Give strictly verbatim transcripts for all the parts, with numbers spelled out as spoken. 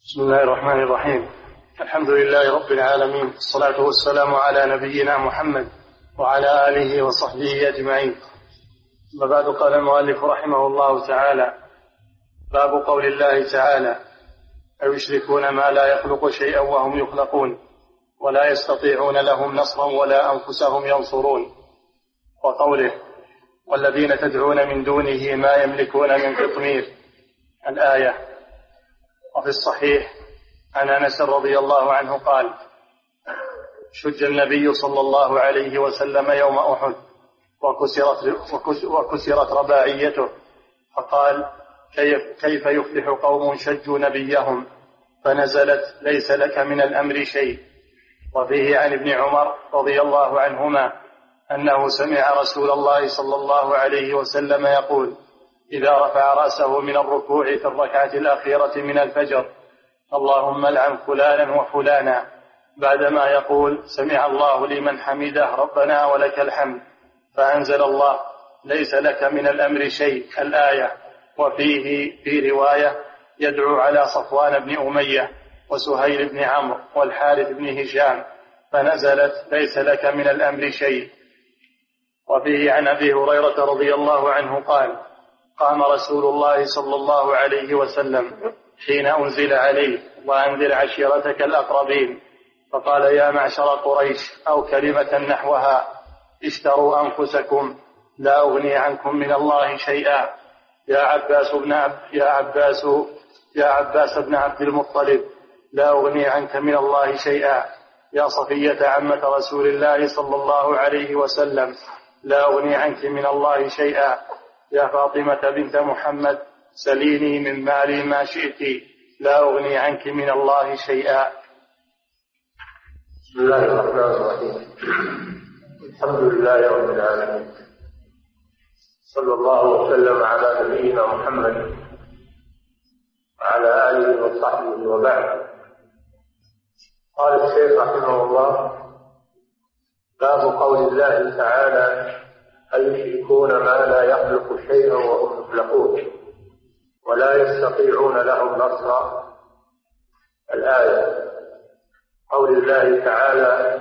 بسم الله الرحمن الرحيم. الحمد لله رب العالمين، الصلاة والسلام على نبينا محمد وعلى آله وصحبه أجمعين. أما بعد، قال المؤلف رحمه الله تعالى: باب قول الله تعالى: أيشركون ما لا يخلق شيئا وهم يخلقون ولا يستطيعون لهم نصرا ولا أنفسهم ينصرون. وقوله: والذين تدعون من دونه ما يملكون من قطمير، الآية. وفي الصحيح عن أنس رضي الله عنه قال: شج النبي صلى الله عليه وسلم يوم أحد وكسرت, وكسرت رباعيته، فقال: كيف, كيف يفلح قوم شجوا نبيهم؟ فنزلت: ليس لك من الأمر شيء. وفيه عن ابن عمر رضي الله عنهما أنه سمع رسول الله صلى الله عليه وسلم يقول: إذا رفع رأسه من الركوع في الركعة الأخيرة من الفجر: اللهم العن فلانا وفلانا، بعدما يقول: سمع الله لمن حمده ربنا ولك الحمد، فأنزل الله: ليس لك من الأمر شيء، الآية. وفيه في رواية: يدعو على صفوان بن أمية وسهيل بن عمرو والحارث بن هشام، فنزلت: ليس لك من الأمر شيء. وفيه عن أبي هريرة رضي الله عنه قال: قام رسول الله صلى الله عليه وسلم حين أنزل عليه: وأنذر عشيرتك الأقربين، فقال: يا معشر قريش، أو كلمة نحوها: اشتروا أنفسكم، لا أغني عنكم من الله شيئا. يا عباس بن عبد يا عباس يا عباس بن عبد المطلب، لا أغني عنك من الله شيئا. يا صفية عمة رسول الله صلى الله عليه وسلم، لا أغني عنك من الله شيئا. يا فاطمة بنت محمد، سليني من مالي ما شئت، لا أغني عنك من الله شيئا. بسم الله الرحمن الرحيم. الحمد لله رب العالمين، صلى الله وسلم على نبينا محمد وعلى آله وصحبه وبعد. قال الشيخ رحمه الله: باب قول الله تعالى: أيشركون ما لا يخلق شيئا وهم يخلقون ولا يستطيعون لهم نصرا، الآية. قول الله تعالى: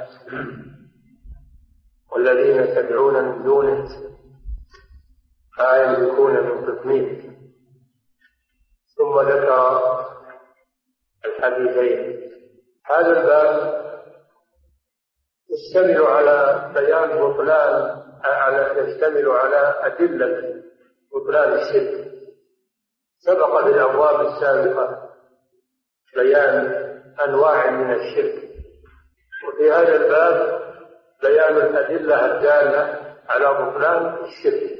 والذين تدعون من دونه ما يملكون من قطمير، ثم ذكر الحديثين. هذا الباب يشتمل على بيان بطلان على يشتمل على أدلة بطلان الشرك. سبق في الأبواب السابقة بيان أنواع من الشرك، وفي هذا الباب بيان الأدلة الدالة على بطلان الشرك.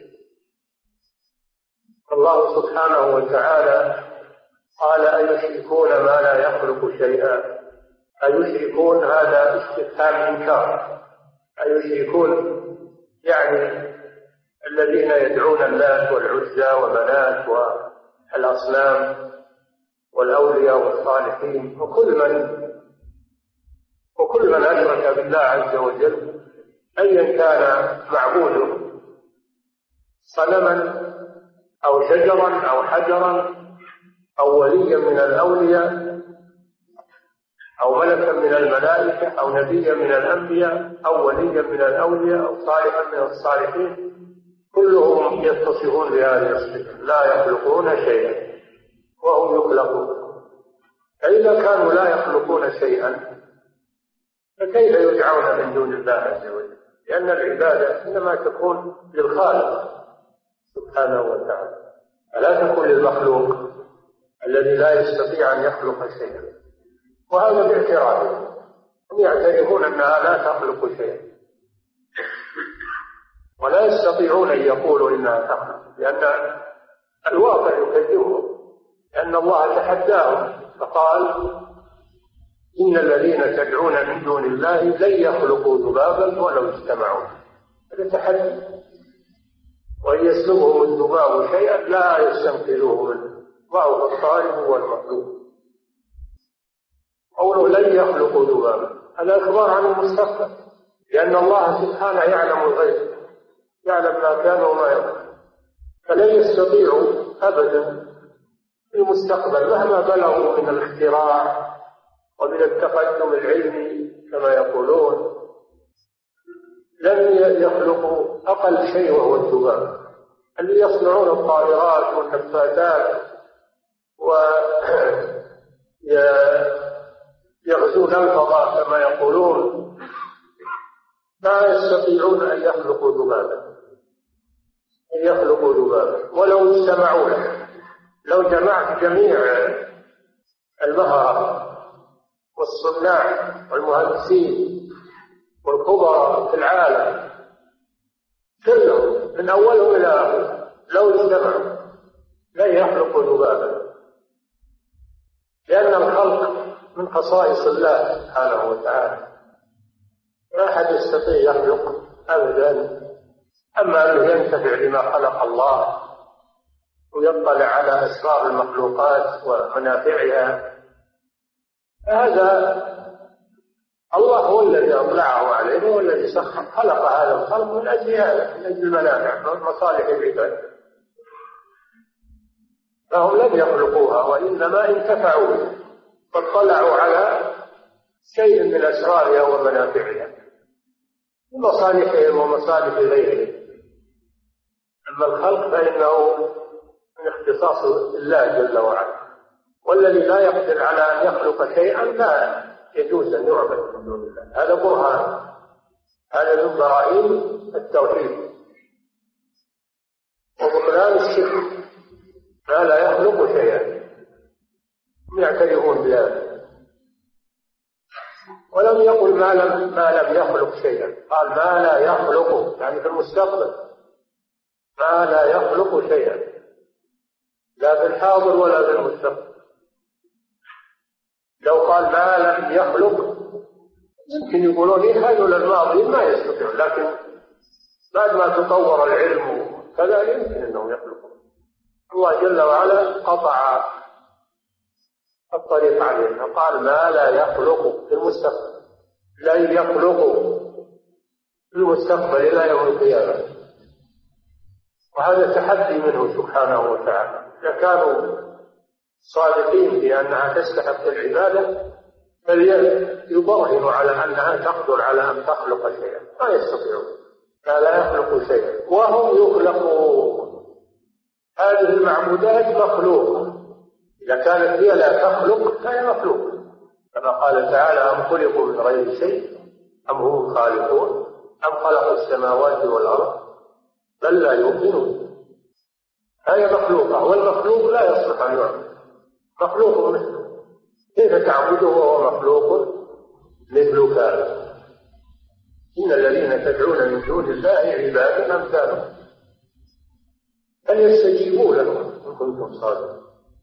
الله سبحانه وتعالى قال: أيشركون ما لا يخلق شيئا. أيشركون هذا استفهام إنكار. أيشركون يعني الذين يدعون اللات والعزى ومنات والأصنام والأولياء والصالحين وكل من وكل من أشرك بالله عز وجل، أيا كان معبوده، صنما أو شجرا أو حجرا أو وليا من الأولياء أو ملكا من الملائكة أو نبيا من الأنبياء أو وليا من الأولياء أو صالحا من الصالحين، كلهم يتصفون بهذه الصفة: لا يخلقون شيئا وهم يخلقون. فإذا كانوا لا يخلقون شيئا فكيف يدعون من دون الله عز وجل؟ لأن العبادة إنما تكون للخالق سبحانه وتعالى، ألا تكون للمخلوق الذي لا يستطيع أن يخلق شيئا. وهذا باعترافهم، هم يعترفون أنها لا تخلق شيئا ولا يستطيعون أن يقولوا إنها تخلق، لأن الواقع يكذبهم، لأن الله تحداهم فقال: إن الذين تدعون من دون الله لن يخلقوا ذبابا ولو اجتمعوا. هذا تحدي، وإن يسلبهم الذباب شيئا لا يستنقذوه منه، ضعف الطالب والمطلوب. قوله لن يخلقوا ذبابا هذا إخبار عن المستقبل، لأن الله سبحانه يعلم الغيب، يعلم ما كان وما يكون، فلن يستطيعوا أبدا المستقبل مهما بلغوا من الاختراع ومن التقدم العلمي كما يقولون لن يخلقوا أقل شيء وهو الذباب. اللي يصنعون الطائرات والنفاثات ويغزون الفضاء كما يقولون ما يستطيعون أن يخلقوا ذبابا أن يخلقوا ذبابا ولو اجتمعوا له. لو جمعت جميع المهرة والصناع والمهندسين والخبراء في العالم كلهم من أولهم إلى آخره لو اجتمعوا لا يخلقوا ذبابا، لأن الخلق من خصائص الله سبحانه وتعالى، ما أحد يستطيع يخلق أبدا. أما أنه ينتفع بما خلق الله ويطلع على أسرار المخلوقات ومنافعها هذا الله هو الذي أطلعه عليه، هو الذي سخر خلق هذا الخلق من أجل هذا، من أجل المنافع ومصالح العباد، فهم لم يخلقوها وإنما انتفعوا بها واطلعوا على شيء من أسرارها ومنافعها ومصالحهم ومصالح غيرهم. أما الخلق فإنه من اختصاص الله جل وعلا، والذي لا يقدر على أن يخلق شيئا لا يجوز أن يعبد من دون الله. هذا برهان، هذا من براهين التوحيد وبطلان الشرك، ما لا يخلق شيئا هم يعترفون بذلك. ولم يقل ما لم ما لم يخلق شيئا، قال ما لا يخلق، يعني في المستقبل ما لا يخلق شيئا، لا في الحاضر ولا في المستقبل. لو قال ما لم يخلق يمكن يقولون إيه هذول الماضيين ما يستطيعون، لكن بعد ما تطور العلم كذا يمكن أنهم يخلقون. الله جل وعلا قطع الطريق علينا، قال ما لا يخلق في المستقبل، لا يخلق في المستقبل إلى يوم القيامة. وهذا تحدي منه سبحانه وتعالى. إذا كانوا صادقين في أنها تستحق العبادة فليبرهنوا على أنها تقدر على أن تخلق شيئا، ما يستطيعون، لا لا يخلق شيئا وهم يخلقون. هذه المعبودات مخلوقة، إذا كانت هي لا تخلق فهي مخلوقة، كما قال تعالى أم خلقوا من غير شيء أم هم الخالقون أم خلقوا السماوات والأرض بل لا يؤمنون. هي مخلوقة، والمخلوق لا يصلح أن يعبد، مخلوق مثله، كيف تعبده وهو مخلوق مثلك؟ إن الذين تدعون من دون الله عباد أمثالكم فليستجيبوا لكم إن كنتم صادقين.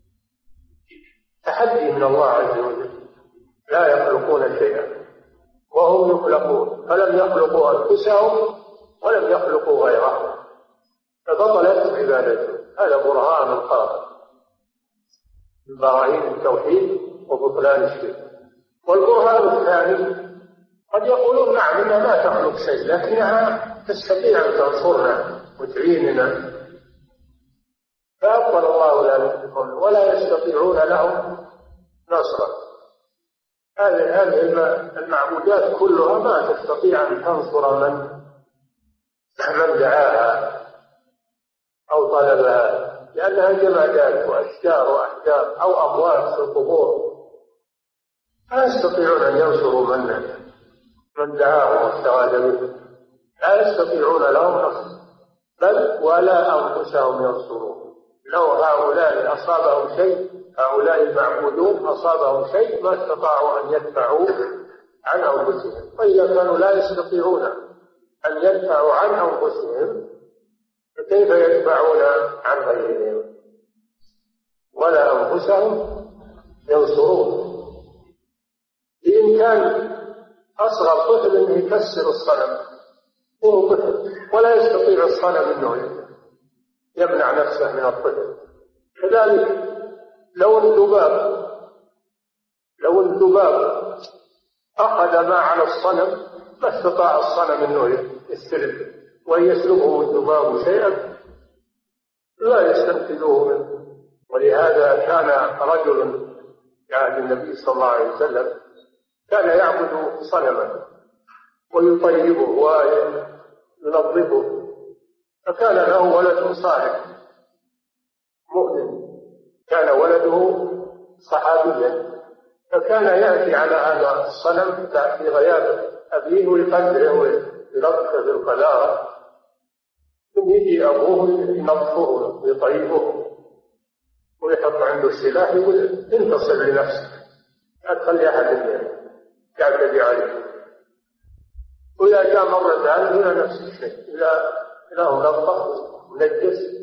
تحدي من الله عز وجل، لا يخلقون شيئا وهم يخلقون، فلم يخلقوا أنفسهم ولم يخلقوا غيرهم فبطلت عبادتهم. هذا برهان خاطئ من براهين التوحيد وبطلان الشرك. والبرهان الثاني قد يقولون نعم إنها ما تخلق شيء لكنها تستطيع أن تنصرنا وتعيننا، فأبطل الله ذلك ولا يستطيعون لهم نصرا. هذه هذه المعبودات كلها ما تستطيع أن تنصر من من دعاها أو طلبها، لأنها جمادات وأشجار وأحجار أو أموات في القبور، لا يستطيعون أن ينصروا من من دعاهم واستغاث به، لا يستطيعون لهم نصر بل ولا أنفسهم ينصرون. لو هؤلاء أصابهم شيء، هؤلاء المعبودون أصابهم شيء ما استطاعوا أن يدفعوا عن أنفسهم، وإذا كانوا لا يستطيعون أن يدفعوا عن أنفسهم فكيف يدفعون عن غيرهم؟ ولا أنفسهم ينصرون. بإمكان أصغر طفل أنه يكسر الصنم وهو طفل ولا يستطيع الصنم أنه يمنع نفسه من الطفل. كذلك لو الذباب لو الذباب أخذ ما على الصنم ما استطاع الصنم أنه يستلم، وإن يسلبه الذباب شيئا لا يستنقذوه منه ولهذا كان رجل في عهد النبي صلى الله عليه وسلم كان يعبد صنما ويطيبه وينظفه، فكان له ولد صالح مؤمن، كان ولده صحابيا، فكان يأتي على هذا الصنم في غياب أبيه ويقدره ويرقه بالقذارة، ثم يجي أبوه ينظفه ويطيبه ويحط عنده السلاح يقول انتصر لنفسك لا تخلي أحد يعتدي عليه. وإذا جاء مرة ثانية هنا نفس الشيء، إذا له منظف ونجس.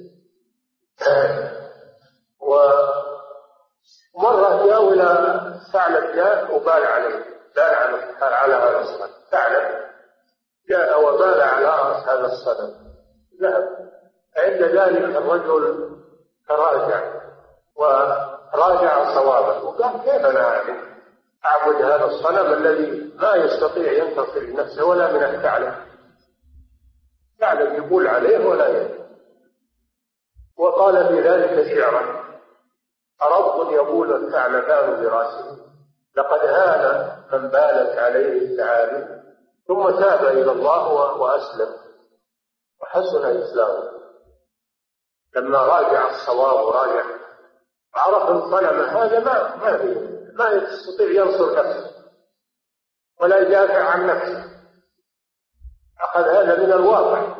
ومرة جاء إلى ثعلب جاء وبال عليه، بال على هذا الصنم، ثعلب جاء وبال على رأس هذا الصنم، ذهب. عند ذلك الرجل تراجع وراجع صوابه وقال كيف أنا أعبد هذا الصنم الذي ما يستطيع ينتصر لنفسه ولا من الثعلب، ثعلب يقول عليه ولا يدري. وقال في ذلك شعرا: أرب يقول الثعلبان براسه لقد هان من بالت عليه الثعالب ثم تاب إلى الله وأسلم وحسن إسلامه. لما راجع الصواب وراجع عرف الصنم هذا ما ما فيه ما يستطيع ينصر نفسه ولا يدافع عن نفسه، أخذ هذا من الواقع.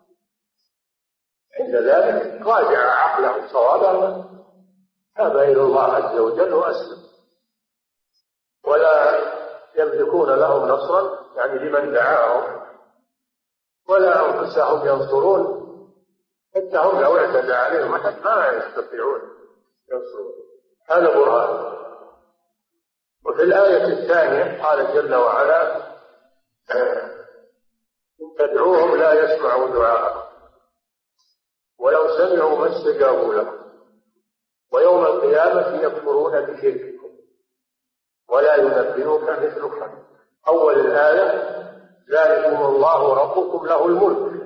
عند ذلك راجع عقله صوابا تاب إلى الله عز وجل وأسلم. ولا يملكون لهم نصرا يعني لمن دعاهم ولا أنفسهم ينصرون، حتى هم لو اعتدى عليهم أحد ما يستطيعون ينصرون. هذا برهان. وفي الآية الثانية قال جل وعلا: إن تدعوهم لا يسمعوا دعاءكم ولو سمعوا ما استجابوا لكم ويوم القيامة يكفرون بشرككم ولا ينبئك مثل خبير. أول الآية: ذلكم الله ربكم له الملك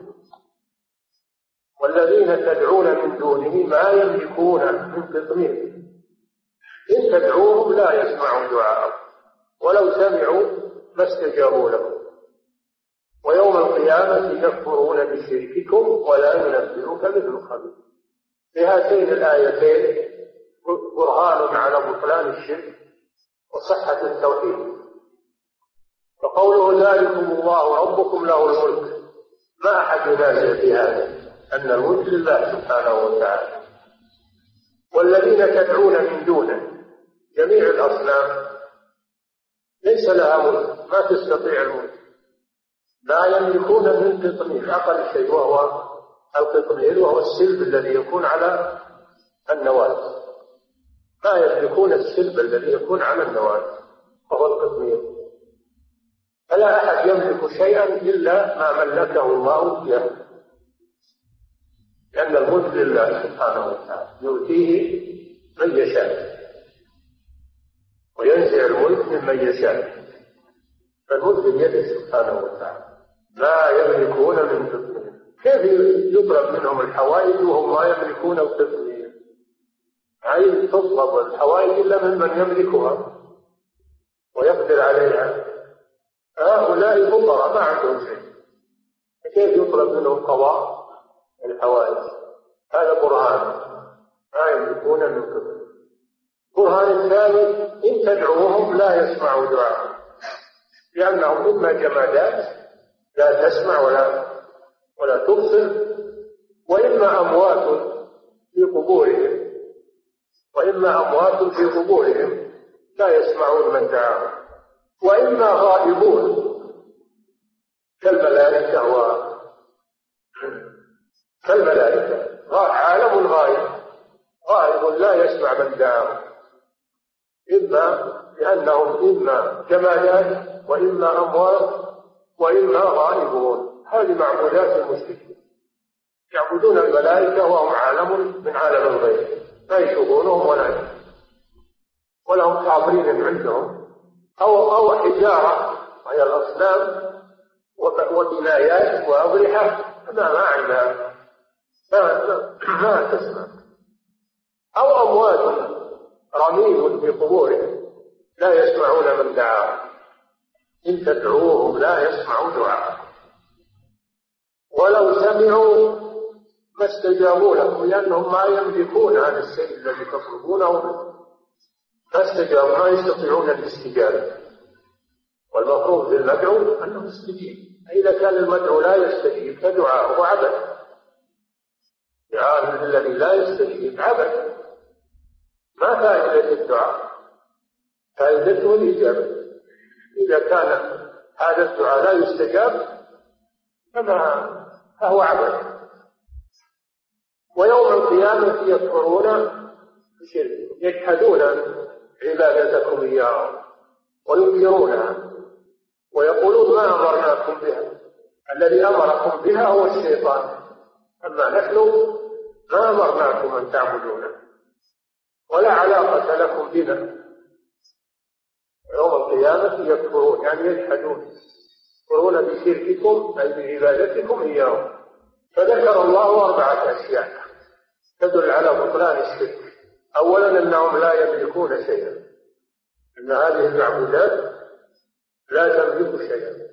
والذين تدعون من دونه ما يملكون من قطمير إن تدعوهم لا يسمعوا دعاءكم ولو سمعوا ما استجابوا لكم ويوم القيامة يكفرون بشرككم ولا ينبئك مثل خبير. في هاتين الآيتين برهان على بطلان الشرك وصحة التوحيد. فقوله ذلكم الله ربكم له الملك ما أحد ينازع في هذا، أن الملك لله سبحانه وتعالى. والذين تدعون من دونه جميع الأصنام ليس لها ملك، ما تستطيع الملك، لا يملكون من قطمير، أقل شيء وهو القطمير وهو السلب الذي يكون على النواة، ما يملكون السلب الذي يكون على النواة وهو القطمير. فلا أحد يملك شيئا إلا ما ملكه الله إياه، لأن الملك لله سبحانه وتعالى يؤتيه من يشاء وينزع الملك ممن يشاء، فالملك بيده سبحانه وتعالى. لا يملكون من قطمير. كيف يطلب منهم الحوائج وهم لا يملكون القطمير؟ أي تطلب الحوائج إلا ممن يملكها ويقدر عليها. هؤلاء فقراء ما عندهم شيء، كيف يطلب منهم قضاء الحوائج؟ هذا برهان ما يملكون من قطمير. برهان الثاني: إن تدعوهم لا يسمعوا دعاءهم، لأنهم إما جمادات لا تسمع ولا ولا تبصر، وإما أموات في قبورهم وإما أموات في قبورهم لا يسمعون من دعاهم، وإما غائبون كالملائكة و كالملائكة عالم غائب غائب لا يسمع من دعاهم، إما لأنهم إما جمادات وإما أموات وإما غائبون. هذه معبودات المشركين، يعبدون الملائكة وهم عالم من عالم الغيب لا يشوفونهم ولا ولهم حاضرين عندهم، أو أو حجارة وهي الأصنام وبنايات وأضرحة ما ما عندها ما, ما, ما تسمع. أو أموات رميم في قبورهم لا يسمعون من دعاهم، إن تدعوهم لا يسمعوا دعاءهم ولو سمعوا ما استجابوا لكم، لأنهم ما يملكون هذا الشيء الذي تطلبونه، ما استجابوا، ما يستطيعون الاستجابة. والمفروض للمدعو أنه يستجيب. إذا كان المدعو لا يستجيب فدعاؤه عبث، دعاء الذي لا يستجيب عبث، ما فائدة الدعاء؟ فائدته الإجابة. إذا كان هذا الدعاء لا يستجاب فما فهو عبث. ويوم القيامة يكفرون بشرك، يجحدون عبادتكم إياهم وينكرونها ويقولون ما أمرناكم بها، الذي أمركم بها هو الشيطان، أما نحن ما أمرناكم أن تعبدونا ولا علاقة لكم بنا. يوم القيامة يكفرون يعني يجحدون، يكفرون بشرككم أي بعبادتكم إياهم. فذكر الله أربعة أشياء تدل على بطلان الشرك. أولا أنهم لا يملكون شيئا، أن هذه المعبودات لا تملك شيئا.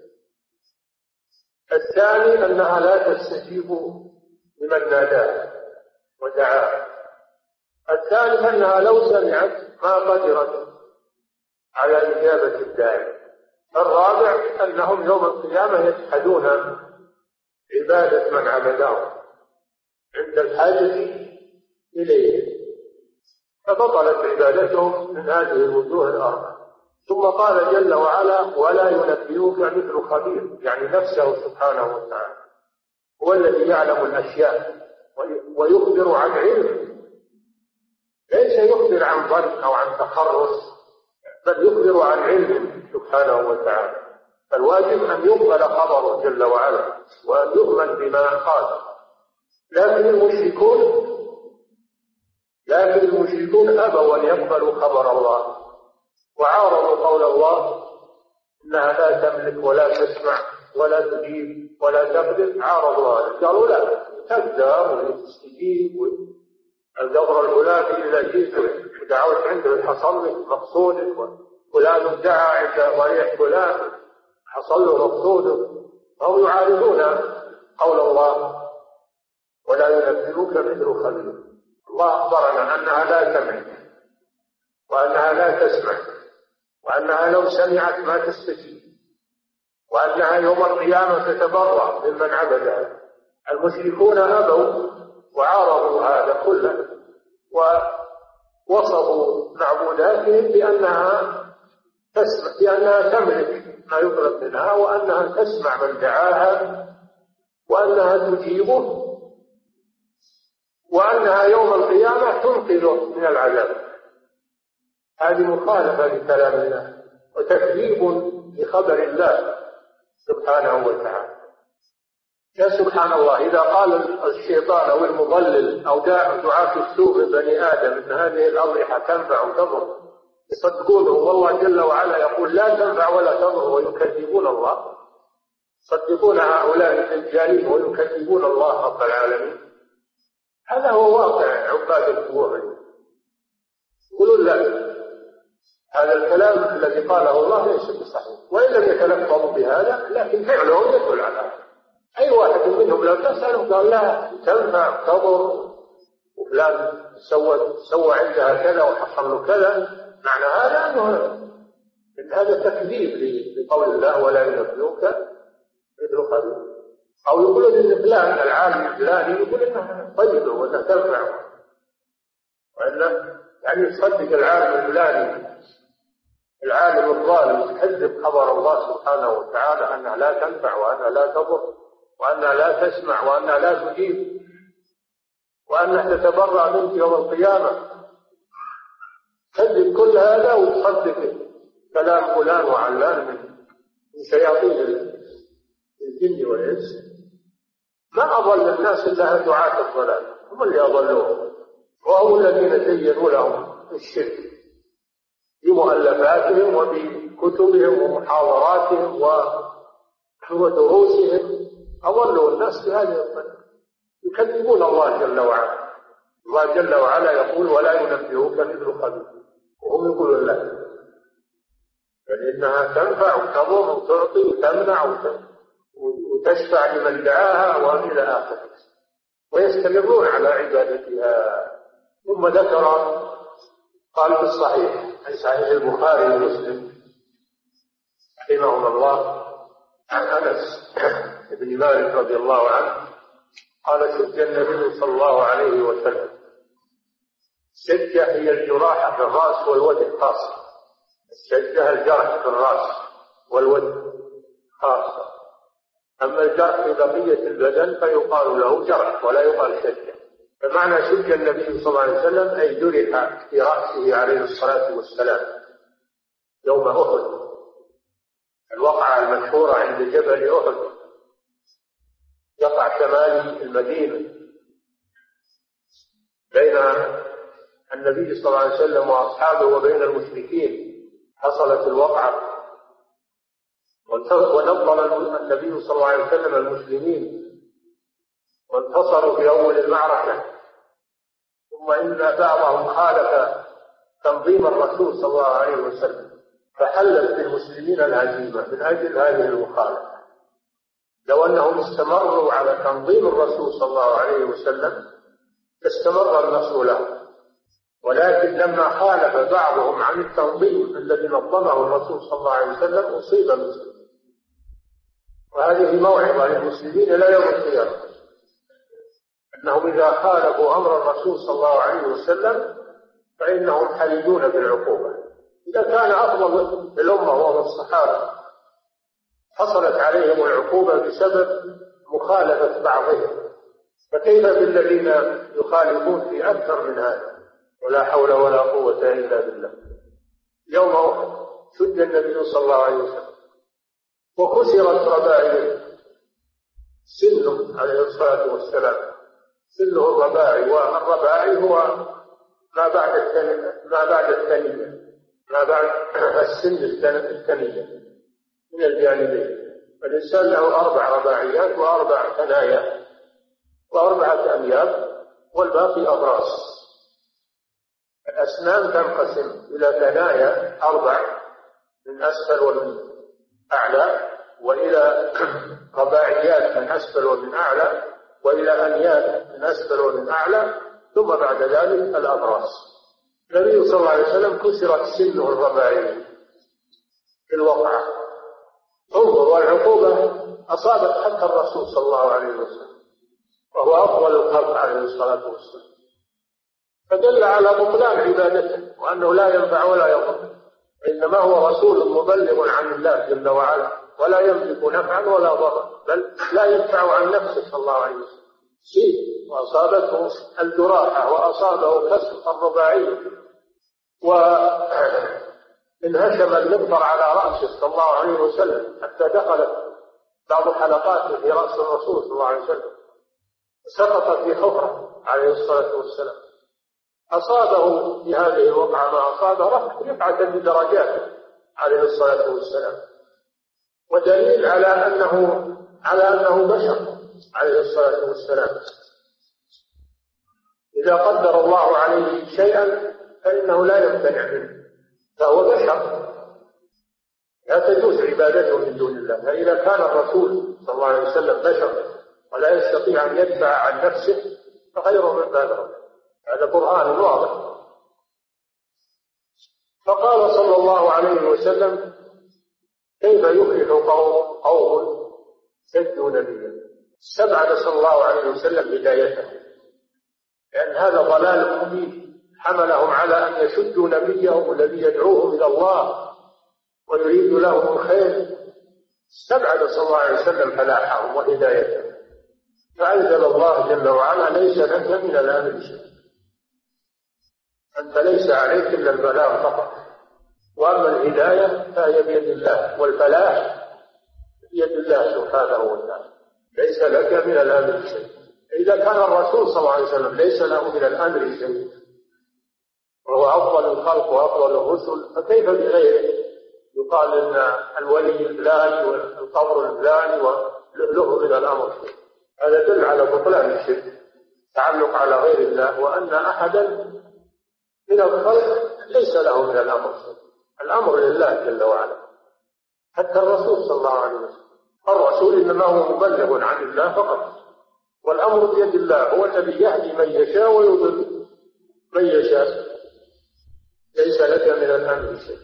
الثاني أنها لا تستجيب لمن ناداها ودعاها. الثالث أنها لو سمعت ما قدرت على إجابة الداعي. الرابع أنهم يوم القيامة يجحدون عبادة من عبدهم عند الحاجة إليه، فبطلت عبادتهم من هذه الوجوه الأربعة. ثم قال جل وعلا ولا ينبئك مثل خبير، يعني نفسه سبحانه وتعالى هو الذي يعلم الأشياء ويخبر عن علم، ليس يخبر عن ظن أو عن تخرص، بل يخبر عن علم سبحانه وتعالى. فالواجب أن يقبل خبره جل وعلا وأن يؤمن بما قال. لكن المشركون لكن المشركون أبوا أن يقبلوا خبر الله وعارضوا قول الله إنها لا تملك ولا تسمع ولا تجيب ولا تقدر. عارضوا هذا، قالوا لا تقدر وتستجيب، القبر الفلاني إذا جئت ودعوت عنده حصل لك مقصودك، فلان دعا عند ضريح فلان حصل له مقصودك. هم يعارضون قول الله ولا ينبئك مثل خبير. الله أخبرنا أنها لا تملك وأنها لا تسمع وأنها لو سمعت ما تستجيب وأنها يوم القيامة تتبرأ ممن عبدها. المشركون أبوا وعارضوا هذا كله ووصفوا معبوداتهم بأنها تسمع، بأنها تملك ما يطلب منها، وأنها تسمع من دعاها، وأنها تجيبه، وأنها يوم القيامة تنقذه من العذاب. هذه مخالفة لكلام الله وتكذيب لخبر الله سبحانه وتعالى. يا سبحان الله، إذا قال الشيطان أو المضلل أو دعاة السوء من بني آدم إن هذه الأضرحة تنفع وتضر يصدقونه، والله جل وعلا يقول لا تنفع ولا تضر ويكذبون الله. يصدقون هؤلاء الدجالين ويكذبون الله رب العالمين. هذا هو واقع عباد القبور. يقولون لا، هذا الكلام الذي قاله الله ليس بصحيح، وإن لم يتلفظوا بهذا لكن فعلهم يدل على هذا. أي واحد منهم لو تسأله قال لا تنفع تضر وفلان سوى سوى عندها كذا وحصل له كذا، معنى هذا أنه إن هذا تكذيب لقول الله ولا ينبئك مثل خبير. أو يقولون إن فلان العالم الفلاني يقول إنها طيبة وإنها تنفع، وإنه يعني يصدق العالم الفلاني العالم الظالم يكذب خبر الله سبحانه وتعالى أنها لا تنفع وأنها لا تضر وأنها لا تسمع وأنها لا تجيب وأنها تتبرأ منك يوم القيامة. كذب كل هذا وتصدق كلام فلان وعلان من شياطين الجن والإنس. ما أضل الناس إلا دعاة الضلال، هم اللي أضلوهم، وهم الذين زينوا لهم الشرك بمؤلفاتهم وبكتبهم ومحاضراتهم ودروسهم. أضلوا الناس بهذه الطريقة، يكذبون الله جل وعلا. الله جل وعلا يقول ولا ينبئك مثل خبير، وهم يقولون لا، بل إنها تنفع وتضر وتعطي وتمنع وتشفع لمن دعاها وإلى آخره، ويستمرون على عبادتها. ثم ذكر قال في الصحيح أي صحيح البخاري ومسلم رحمهما الله عن أنس بن مالك رضي الله عنه قال شج النبي صلى الله عليه وسلم. الشجة هي الجراحة في الرأس والوجه خاصة، الشجة الجرح في الرأس والوجه خاصة، أما الجرح في بقية البدن فيقال له جرح ولا يقال شجة. فمعنى شج النبي صلى الله عليه وسلم أي جرح في رأسه عليه الصلاة والسلام يوم أحد، الوقعة المشهورة عند جبل أحد يقع شمال المدينة بين النبي صلى الله عليه وسلم وأصحابه وبين المشركين. حصلت الوقعة ونظر النبي صلى الله عليه وسلم المسلمين وانتصروا في أول المعركة، ثم إن بعضهم خالف تنظيم الرسول صلى الله عليه وسلم فحلت بالمسلمين الهزيمة من أجل هذه المخالفة. لو أنهم استمروا على تنظيم الرسول صلى الله عليه وسلم استمر النصر له، ولكن لما خالف بعضهم عن التنظيم الذي نظمه الرسول صلى الله عليه وسلم أصيب المسلمين. وهذه موعظة للمسلمين لا يوم القيامة أنهم إذا خالفوا أمر الرسول صلى الله عليه وسلم فإنهم حريجون بالعقوبة. إذا كان أفضل الأمة وهم الصحابة حصلت عليهم العقوبة بسبب مخالفة بعضهم، فكيف بالذين يخالفون في أكثر من هذا؟ ولا حول ولا قوة إلا بالله. يوم شد النبي صلى الله عليه وسلم وكسرت رباعيه، سنه عليه الصلاة والسلام سنه الرباعي، والرباعي هو ما بعد الثانية ما بعد الثانية ما بعد السن الثانية من الجانبين. فالإنسان له أربع رباعيات وأربع ثنايا وأربعة أنياب والباقي أضراس. الأسنان تنقسم إلى ثنايا أربع من أسفل ومن أعلى، وإلى رباعيات من أسفل ومن أعلى، وإلى أنياب من أسفل ومن أعلى، ثم بعد ذلك الأضراس. النبي صلى الله عليه وسلم كسرت سنه الرباعي في الوقعة. انظر، والعقوبة أصابت حتى الرسول صلى الله عليه وسلم وهو أفضل الخلق عليه الصلاة والسلام، فدل على بطلان عبادته وأنه لا ينفع ولا يضر، إنما هو رسول مبلغ عن الله جل وعلا ولا يملك نفعا ولا ضرا، بل لا يدفع عن نفسه صلى الله عليه وسلم شيء، وأصابته الجراحة وأصابه كسر الرباعي وانهشم المنبر على رأسه صلى الله عليه وسلم حتى دخلت بعض حلقاته في رأس الرسول صلى الله عليه وسلم، سقط في حفرة عليه الصلاة والسلام. أصابه في هذه الوقعة ما أصابه رفعة بدرجاته عليه الصلاة والسلام، ودليل على أنه على أنه بشر عليه الصلاة والسلام. إذا قدر الله عليه شيئا فإنه لا يمتنع منه، فهو بشر لا تجوز عبادته من دون الله. فإذا كان الرسول صلى الله عليه وسلم بشر ولا يستطيع أن يدفع عن نفسه فغيره من باب، هذا برهان واضح. فقال صلى الله عليه وسلم كيف يفلح قوم قوم شدوا نبيا؟ استبعد صلى الله عليه وسلم بدايته، لأن هذا ضلال مبين حملهم على أن يشدوا نبيهم الذي يدعوهم إلى الله ويريد لهم الخير. استبعد صلى الله عليه وسلم فلاحهم وهدايتهم، فأنزل الله جل وعلا ليس لك من الأمر شيء، أنت ليس عليك إلا البلاغ فقط، وأما الهداية فهي بيد الله، والفلاح بيد الله سبحانه وتعالى، ليس لك من الأمر شيء. إذا كان الرسول صلى الله عليه وسلم ليس له من الأمر شيء وهو أفضل الخلق وأفضل الرسل، فكيف بغيره؟ يقال أن الولي الفلاني والقبر الفلاني له من الأمر شيء، هذا يدل على بطلان الشرك. تعلق على غير الله، وأن أحدا من الخلق ليس له من الأمر شيء. الأمر لله جل وعلا، حتى الرسول صلى الله عليه وسلم. الرسول إنما هو مبلغ عن الله فقط، والأمر بيد الله، هو الذي يهدي من يشاء ويضل من يشاء، ليس لك من الأمر شيء.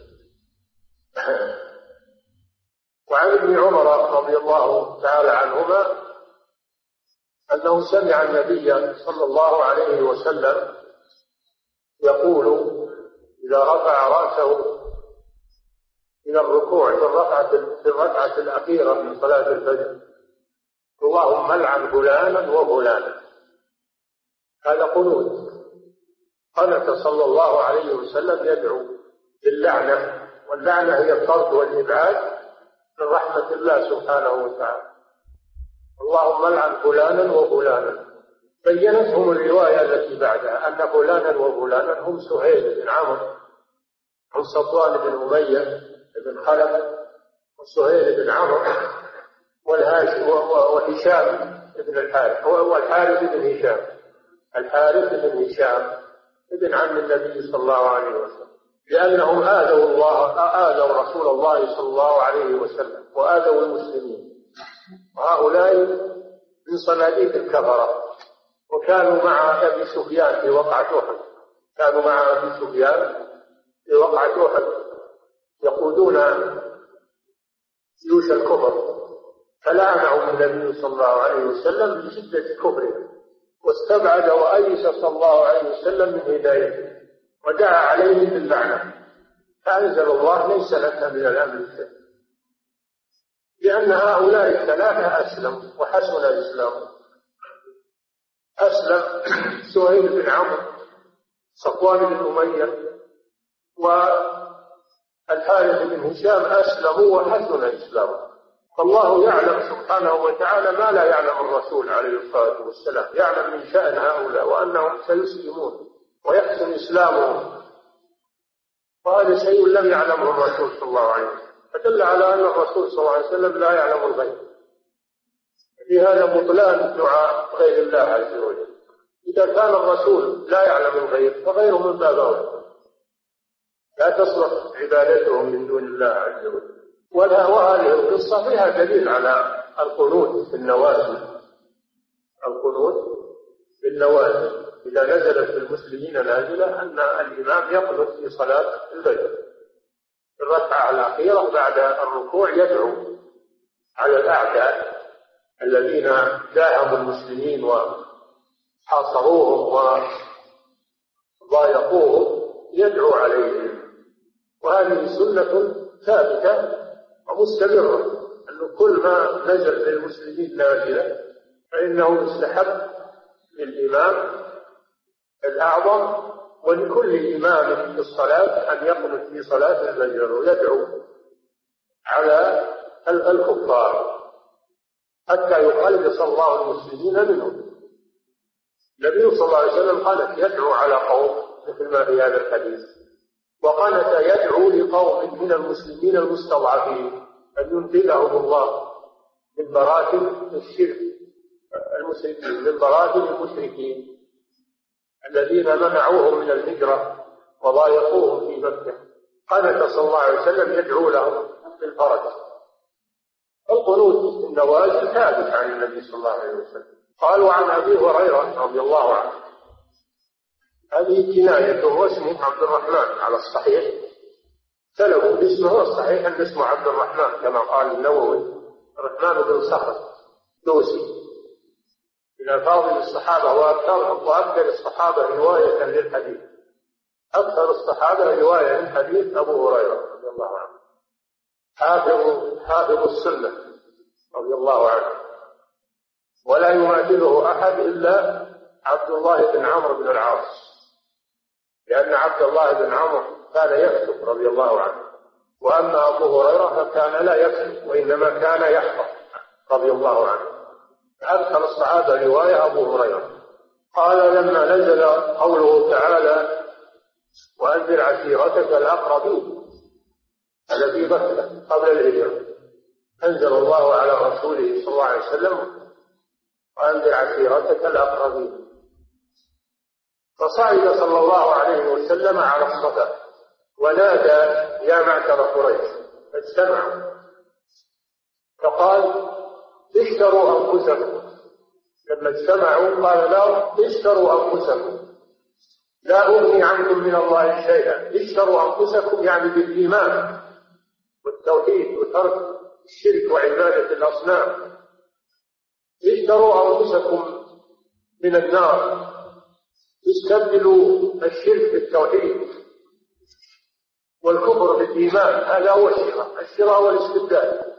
وعن ابن عمر رضي الله تعالى عنهما أنه سمع النبي صلى الله عليه وسلم يقول إذا رفع رأسه من الركوع في الركعة في الركعة الأخيرة من صلاة الفجر: اللهم العن فلانا وفلانا. هذا قنوت. قنت صلى الله عليه وسلم يدعو باللعنة، واللعنة هي الطرد والإبعاد من رحمة الله سبحانه وتعالى. اللهم العن فلانا وفلانا. بينتهم الرواية التي بعدها أن فلانا وفلانا هم سهيل بن عمرو، عن صفوان بن أمية بن خلف، وسهيل بن عمرو، وهشام بن الحارث، والحارث بن هشام، الحارث بن هشام ابن عم النبي صلى الله عليه وسلم، لأنهم آذوا الله آذوا رسول الله صلى الله عليه وسلم وآذوا المسلمين، وهؤلاء من صناديد الكفرة، وكانوا مع أبي سفيان في وقعة أحد كانوا مع أبي سفيان في وقعة أحد يقودون جيوش الكفر، فلعنهم النبي صلى الله عليه وسلم بشدة كفرهم، واستبعد وأيس صلى الله عليه وسلم من هدايته، ودعا عليهم باللعنة، فأنزل الله: ليس لك من الأمر شيء، لأن هؤلاء الثلاثة أسلموا وحسن إسلامهم. أسلم سهيل بن عمرو، صفوان بن أمية، والحارث بن هشام أسلموا وحسن إسلامهم. فالله يعلم سبحانه وتعالى ما لا يعلم الرسول عليه الصلاة والسلام، يعلم من شأن هؤلاء وأنهم سيسلمون ويحسن إسلامهم، وهذا شيء لم يعلمه الرسول صلى الله عليه وسلم، فدل على أن الرسول صلى الله عليه وسلم لا يعلم الغيب. في هذا بطلان دعاء غير الله عز وجل. إذا كان الرسول لا يعلم الغيب فغيره من باب أولى، لا تصلح عبادتهم من دون الله عز وجل. وهذه القصة فيها دليل على القنوت في النوازل، القنوت في النوازل إذا نزلت المسلمين نازلة أن الإمام يقنط في صلاة الفجر في الركعة الأخيرة بعد الركوع، يدعو على الأعداء الذين داهموا المسلمين وحاصروهم وضايقوهم، يدعو عليهم. وهذه سنة ثابتة ومستمرة، أن كل ما نزل للمسلمين نازلة فإنه يستحب للإمام الأعظم ولكل إمام في الصلاة أن يقنط في صلاة الفجر ويدعو على الكفار حتى يخلص الله المسلمين منهم. النبي صلى الله عليه وسلم قال: يدعو على قوم، مثل ما في هذا الحديث، وقالت يدعو لقوم من المسلمين المستضعفين أن ينقذهم الله من براثن الشرك المشركين، من براثن المشركين الذين منعوهم من الهجرة وضايقوهم في مكة. قال صلى الله عليه وسلم: يدعو لهم بالفرج. القنوت في النوازل ثابت عن النبي صلى الله عليه وسلم. قالوا عن أبي هريرة رضي الله عنه، هذه كناية، واسمه عبد الرحمن على الصحيح، سلبوا اسمه الصحيح أن اسمه عبد الرحمن كما قال النووي، الرحمن بن صخر دوسي، من أفاضل الصحابة وأكثر وأكثر الصحابة رواية للحديث، أكثر الصحابة رواية للحديث أبو هريرة رضي الله عنه، حافظ حافظ السنة رضي الله عنه، ولا يماثله أحد إلا عبد الله بن عمرو بن العاص، لأن عبد الله بن عمرو كان يكتب رضي الله عنه، وأما أبو هريرة فكان لا يكتب وإنما كان يحفظ رضي الله عنه. أكثر الصحابة رواية أبو هريرة. قال: لما نزل قوله تعالى: وأنذر عشيرتك الأقربين، هذا في مكة قبل الهجرة، أنزل الله على رسوله صلى الله عليه وسلم: وأنذر عشيرتك الأقربين. فصعد صلى الله عليه وسلم على الصفا ونادى يا معشر قريش، فاجتمعوا فقال اشتروا أنفسكم. لما اجتمعوا قال لا، اشتروا أنفسكم لا أغني عنكم من الله شيئا. اشتروا أنفسكم يعني بالإيمان والتوحيد وترك الشرك وعبادة الأصنام. اشتروا أنفسكم من النار، استبدلوا الشرك بالتوحيد والكفر بالإيمان، هذا هو الشراء، الشراء والاستبدال.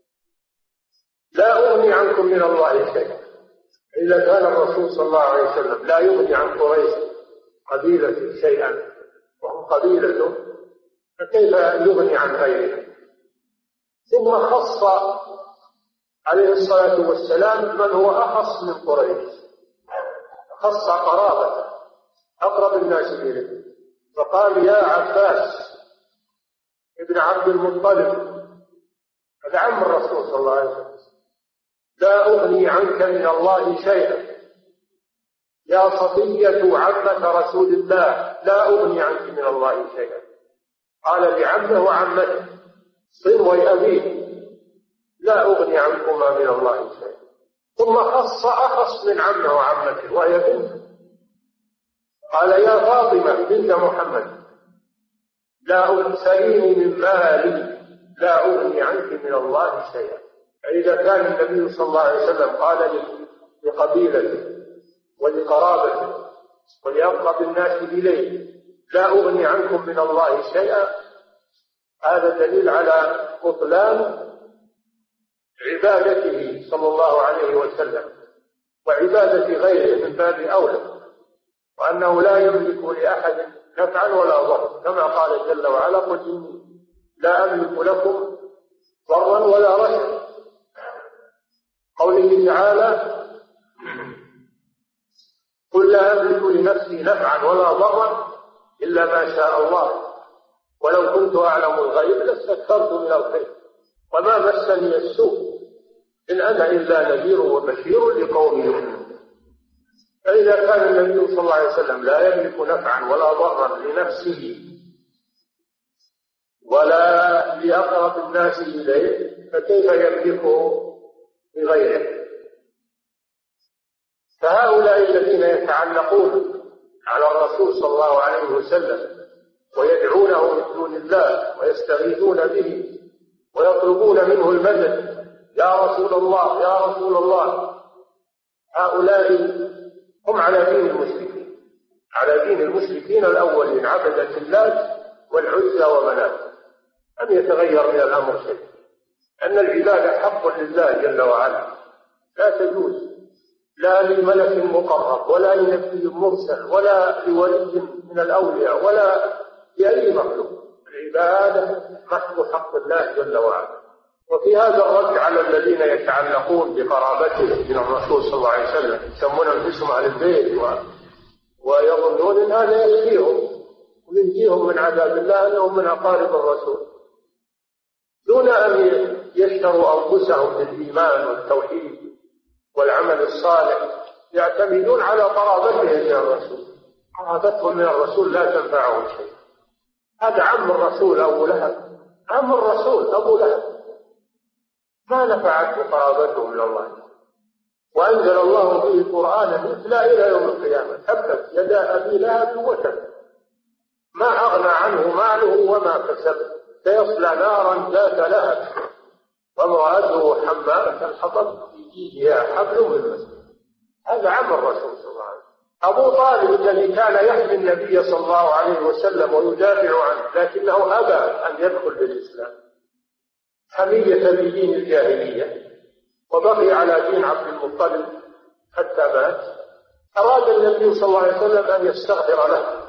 لا أغني عنكم من الله شيئا. إذا كان الرسول صلى الله عليه وسلم لا يغني عن قريش قبيلة شيئا وهم قبيلته، فكيف يغني عن غيره؟ ثم خص عليه الصلاة والسلام من هو أخص من قريش، خص قرابته أقرب الناس إليه، فقال يا عباس ابن عبد المطلب، هذا عم الرسول صلى الله عليه وسلم، لا أغني عنك من الله شيئا. يا صفية عمة رسول الله، لا أغني عنك من الله شيئا. قال لعمه وعمته صم وأبيه، لا أغني عنكما من الله شيئا. ثم خص أخص من عمه وعمته وهي بنته، قال يا فاطمة بنت محمد لا أنسيني من مالي، لا أغني عنك من الله شيئا. فإذا كان النبي صلى الله عليه وسلم قال لقبيلته ولقرابته ولأقرب الناس إليه لا أغني عنكم من الله شيئا، هذا دليل على بطلان عبادته صلى الله عليه وسلم وعبادة غيره من باب أولى، وأنه لا يملك لأحد نفعا ولا ضرا، كما قال جل وعلا قل إني لا أملك لكم ضرا ولا رشدا. قوله تعالى قل لا أملك لنفسي نفعا ولا ضرا إلا ما شاء الله ولو كنت أعلم الغيب لاستكثرت من الخير وما مسني السوء إن أنا إلا نذير وبشير لقوم يؤمنون. فإذا كان النبي صلى الله عليه وسلم لا يملك نفعا ولا ضرا لنفسه ولا لأقرب الناس إليه، فكيف يملكه لغيره؟ فهؤلاء الذين يتعلقون على الرسول صلى الله عليه وسلم ويدعونه من دون الله ويستغيثون به ويطلبون منه المدد، يا رسول الله يا رسول الله، هؤلاء هم على دين المشركين، على دين المشركين الأولين، عبدة اللات والعزى ومنات. لم يتغير من الأمر شيء، أن العبادة حق لله جل وعلا، لا تجوز لا لملك مقرب ولا لنبي مرسل ولا لولي من الأولياء ولا لأي مخلوق، العبادة محض حق الله جل وعلا. وفي هذا الرد على الذين يتعلقون بقرابته من الرسول صلى الله عليه وسلم، يسمون انفسهم اهل البيت و... ويظنون ان هذا ينجيهم وينجيهم من عذاب الله انهم من اقارب الرسول، دون ان يشتروا انفسهم بالايمان والتوحيد والعمل الصالح، يعتمدون على قرابتهم من الرسول. قرابتهم من الرسول لا تنفعهم شيء. هذا عم الرسول ابو لهب، عم الرسول ابو لهب ما نفعته قرابته من الله، وأنزل الله به قرآنا يتلى إلى يوم القيامة، تبت يدا أبي لهب وتب، ما أغنى عنه ماله وما كسب، سيصلى نارا ذات لهب وامرأته حمالة الحطب في جيدها حبل من مسد. هذا عم الرسول صلى الله عليه وسلم. أبو طالب الذي كان يحمي النبي صلى الله عليه وسلم ويدافع عنه، لكنه أبى أن يدخل بالإسلام حمية بدين الجاهلية وبقي على دين عبد المطلب حتى مات. أراد النبي صلى الله عليه وسلم أن يستغفر له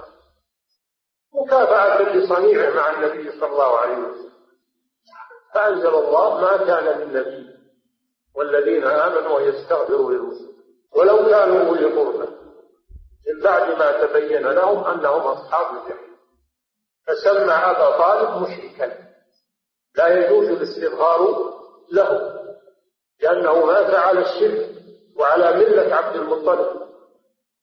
مكافأة لصنيعه مع النبي صلى الله عليه وسلم، فأنزل الله ما كان للنبي والذين آمنوا ويستغفروا للمسلمين ولو كانوا أولي قربى من بعد ما تبين لهم أنهم أصحاب الجحيم، فسمى أبا طالب مشركا لا يجوز الاستغفار له لأنه مات على الشرك وعلى ملة عبد المطلب،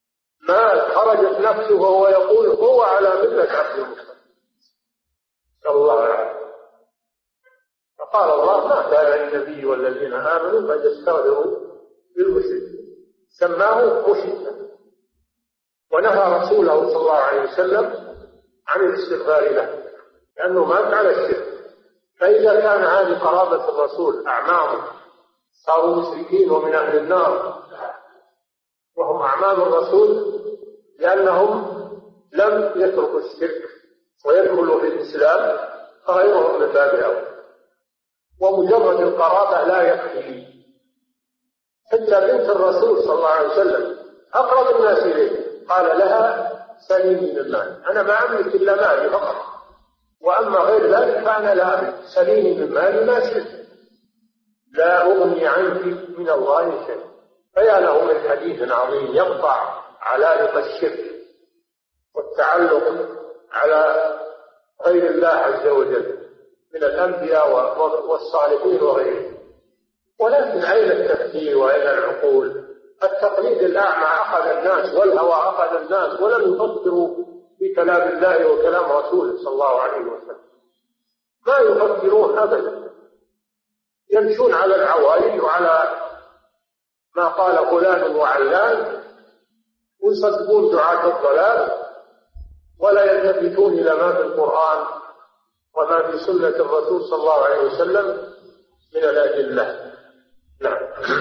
ما خرجت نفسه وهو يقول هو على ملة عبد المطلب صلى الله عليه وسلم. فقال الله ما كان للنبي والذين آمنوا قد استغفروا للمشركين، سماه مشركا، ونهى رسوله صلى الله عليه وسلم عن الاستغفار له لأنه مات على الشرك. فإذا كان هذه قرابة الرسول أعمامه صاروا مشركين ومن أهل النار، وهم أعمام الرسول لأنهم لم يتركوا الشرك ويدخلوا في الإسلام، فغيرهم من باب أولى. ومجرد القرابة لا يكفي. حتى بنت الرسول صلى الله عليه وسلم أقرب الناس إليه قال لها سليني من المال، أنا ما أملك إلا مالي فقط، وأما غير ذلك فأنا لا أملك، سليني من مالي ما شئت، لا أغني عنك من الله شيء. فيا له من حديث عظيم يقطع علائق الشرك والتعلق على غير الله عز وجل من الأنبياء والصالحين وغيرهم. ولكن أين التفكير وأين العقول؟ التقليد الأعمى أخذ الناس، والهوى أخذ الناس، ولم يفكروا في كلام الله وكلام رسوله صلى الله عليه وسلم. ما يفكرون أبدا، يمشون على العوائل وعلى ما قال فلان وعلان، ويصدقون دعاة الضلال، ولا يلتفتون إلى ما في القرآن وما في سنة الرسول صلى الله عليه وسلم من الأدلة. نعم.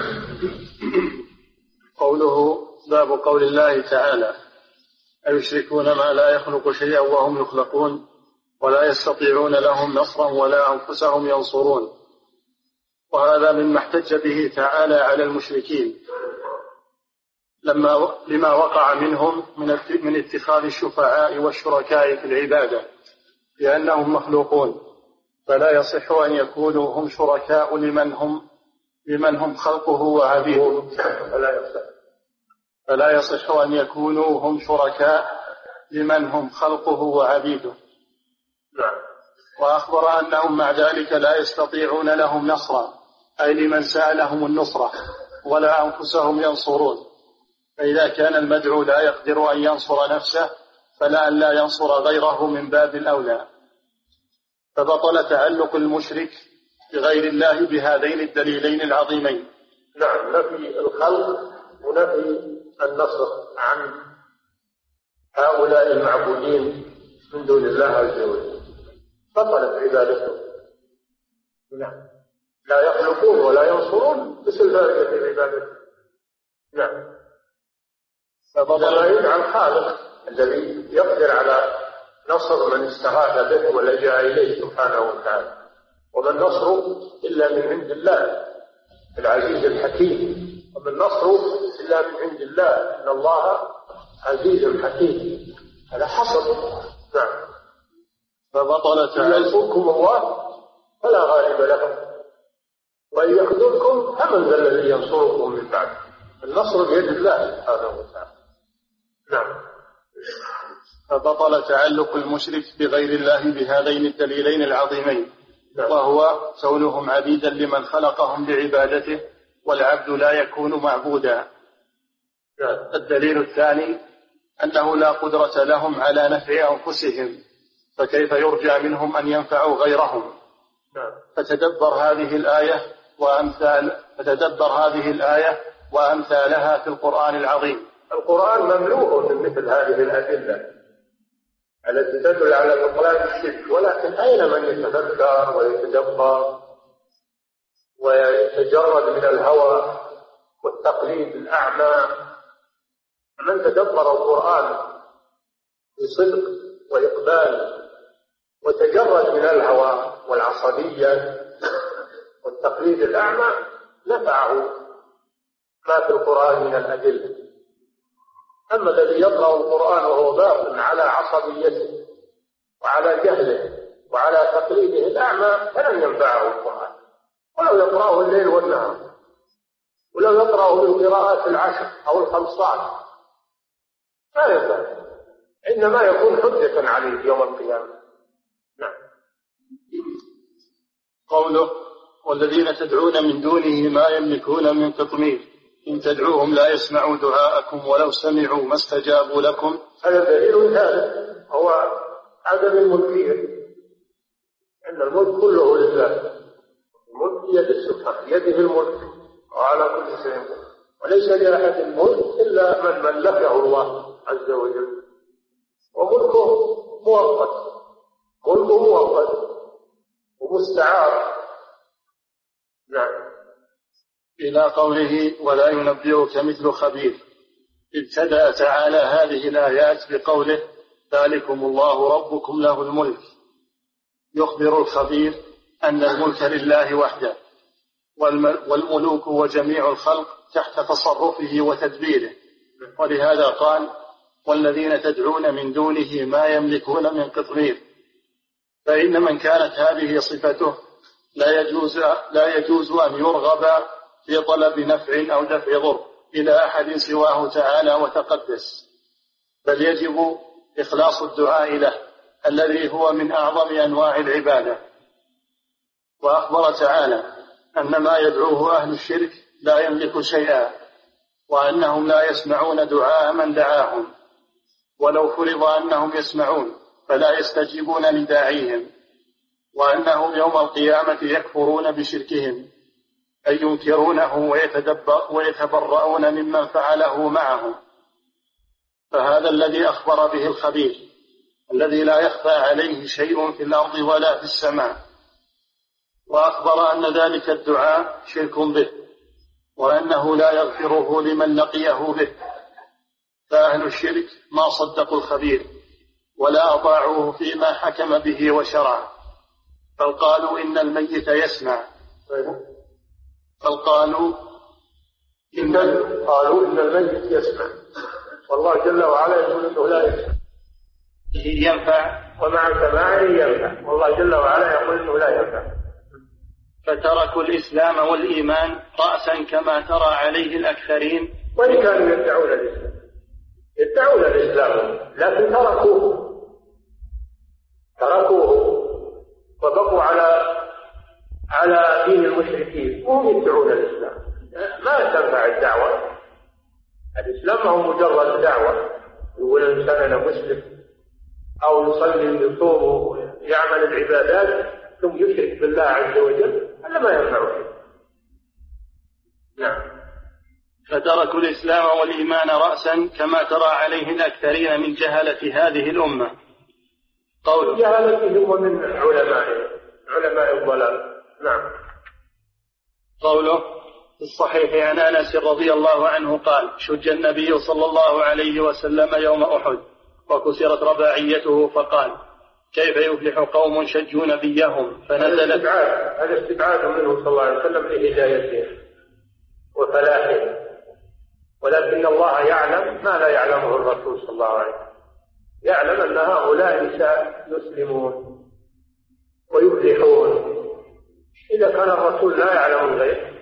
قوله باب قول الله تعالى أيشركون ما لا يخلق شيئا وهم يخلقون ولا يستطيعون لهم نصرا ولا أنفسهم ينصرون. وهذا مما احتج به تعالى على المشركين لما لما وقع منهم من اتخاذ الشفعاء والشركاء في العبادة لأنهم مخلوقون، فلا يصح أن يكونوا هم شركاء لمن هم لمن هم خلقه وعبيده، فلا يصح أن يكونوا هم شركاء لمن هم خلقه وعبيده. وأخبر أنهم مع ذلك لا يستطيعون لهم نصرا، أي لمن سألهم النصرة، ولا أنفسهم ينصرون. فإذا كان المدعو لا يقدر أن ينصر نفسه فلا أن لا ينصر غيره من باب الأولى. فبطل تعلق المشرك بغير الله بهذين الدليلين العظيمين. نعم، نفي الخلق ونفي النصر عن هؤلاء المعبودين من دون الله عز وجل، بطلت عبادته. نعم، لا يخلقون ولا ينصرون مثل فائدة عبادته. نعم، فبطل لا يدعى الخالق الذي يقدر على نصر من استغاث به ولجأ إليه سبحانه وتعالى. وما النصر إلا من عند الله العزيز الحكيم، وما النصر إلا من عند الله إن الله عزيز حكيم. هذا حصل. نعم، فبطل تعالى ينصركم الله فلا غالب لكم وإن يخذلكم فمن ذا الذي ينصركم من بعد. النصر بيد الله سبحانه وتعالى. نعم. فبطل تعلق المشرك بغير الله بهذين الدليلين العظيمين، وهو كونهم عبيدا لمن خلقهم بعبادته، والعبد لا يكون معبودا. الدليل الثاني أنه لا قدرة لهم على نفع أنفسهم، فكيف يرجى منهم أن ينفعوا غيرهم؟ فتدبر هذه الآية وأمثال فتدبر هذه الآية وأمثالها في القرآن العظيم. القرآن مملوء من مثل هذه الأدلة التي تدل على بطلان الشرك، ولكن أين من يتفكر ويتدبر ويتجرد من الهوى والتقليد الأعمى؟ من تدبر القرآن بصدق وإقبال وتجرد من الهوى والعصبية والتقليد الأعمى نفعه ما في القرآن من الأدلة. أما الذي يقرأ القرآن وهو باق على عصبيته وعلى جهله وعلى تقليده الأعمى فلن ينفعه القرآن، ولو يقرأه الليل والنهار، ولو يقرأه بالقراءات العشر أو الخمسات لا ينفع، إنما يكون حجة عليه يوم القيامة. نعم. قوله والذين تدعون من دونه ما يملكون من قطمير، إن تدعوهم لا يسمعوا دعاءكم ولو سمعوا ما استجابوا لكم. هذا دليل ثالث هو عدم الملكية، أن الملك كله لله، الملك بيد السبحانه، يده الملك وعلى كل شيء، وليس لأحد الملك إلا من ملكه الله عز وجل، وملكه مؤقت، ملكه مؤقت ومستعار. نعم. إلى قوله ولا ينبئك مثل خبير، ابتدأ تعالى هذه الآيات بقوله ذلكم الله ربكم له الملك، يخبر الخبير أن الملك لله وحده، والملوك وجميع الخلق تحت تصرفه وتدبيره، ولهذا قال والذين تدعون من دونه ما يملكون من قطمير. فإن من كانت هذه صفته لا يجوز, لا يجوز أن يرغب في طلب نفع أو دفع ضر إلى أحد سواه تعالى وتقدس، بل يجب إخلاص الدعاء له الذي هو من أعظم أنواع العبادة. وأخبر تعالى أن ما يدعوه أهل الشرك لا يملك شيئا، وأنهم لا يسمعون دعاء من دعاهم، ولو فرض أنهم يسمعون فلا يستجيبون لداعيهم، وأنهم يوم القيامة يكفرون بشركهم، أي ينكرونه ويتبرؤون ممن فعله معهم. فهذا الذي أخبر به الخبير الذي لا يخفى عليه شيء في الأرض ولا في السماء. وأخبر أن ذلك الدعاء شرك به، وأنه لا يغفره لمن لقيه به. فأهل الشرك ما صدقوا الخبير ولا أطاعوه فيما حكم به وشرع، بل قالوا إن الميت يسمع، بل قالوا إن قالوا إن الميت يسمع، والله جل وعلا يقول إنه لا يسمع ينفع، ومع سماعه ينفع، والله جل وعلا يقول إنه لا ينفع. فتركوا الإسلام والإيمان رأسا كما ترى عليه الأكثرين، وإن كانوا يدعون الإسلام يدعون الإسلام لكن تركوه تركوه وبقوا على على دين المشركين وهم يدعون الإسلام. ما تنفع الدعوة، الإسلام هو مجرد دعوة، يقول الإنسان أنا مسلم أو يصلي ويصوم ويعمل العبادات ثم يشرك بالله عز وجل، هذا ما ينفعه. نعم. فتركوا الإسلام والإيمان رأسا كما ترى عليه الأكثرين من جهلة هذه الأمة. قول جهلتهم ومن علماء علماء الضلال. نعم. قوله في الصحيح عن أنس رضي الله عنه قال شج النبي صلى الله عليه وسلم يوم أحد وكسرت رباعيته، فقال كيف يفلح قوم شجوا نبيهم؟ فنزلت. هذا استبعاد منه صلى الله عليه وسلم لهدايته وفلاحه، ولكن الله يعلم ما لا يعلمه الرسول صلى الله عليه وسلم، يعلم أن هؤلاء يسلمون ويفلحون. إذا كان الرسول لا يعلم الغيب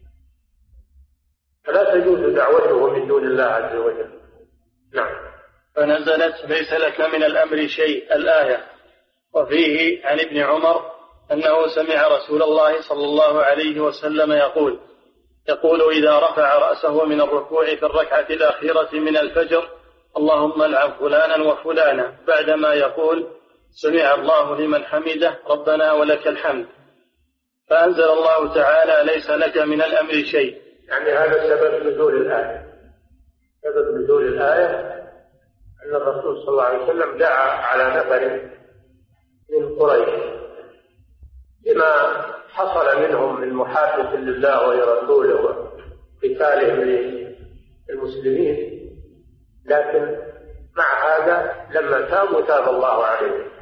فلا تجوز دعوته من دون الله عز وجل. نعم. فنزلت ليس لك من الأمر شيء الآية. وفيه عن ابن عمر أنه سمع رسول الله صلى الله عليه وسلم يقول يقول إذا رفع رأسه من الركوع في الركعة الأخيرة من الفجر اللهم العن فلانا وفلانا، بعدما يقول سمع الله لمن حمده ربنا ولك الحمد. فأنزل الله تعالى ليس لك من الأمر شيء. يعني هذا سبب نزول الآية. سبب نزول الآية أن الرسول صلى الله عليه وسلم دعا على نفر من قريش بما حصل منهم من محادثة لله ولرسوله وقتالهم للمسلمين، لكن مع هذا لما تابوا تاب الله عليهم.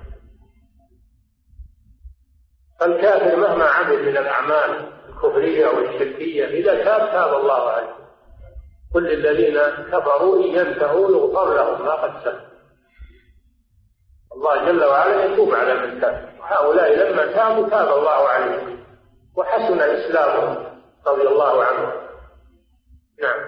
فالكافر مهما عمل من الأعمال الكفرية والشركية إذا تاب تاب الله عليه. كل الذين كفروا إن ينتهوا يغفر لهم ما قد سلف. الله جل وعلا يتوب على من تاب، وهؤلاء لما تابوا تاب الله عليهم وحسن إسلامهم رضي الله عنهم. نعم.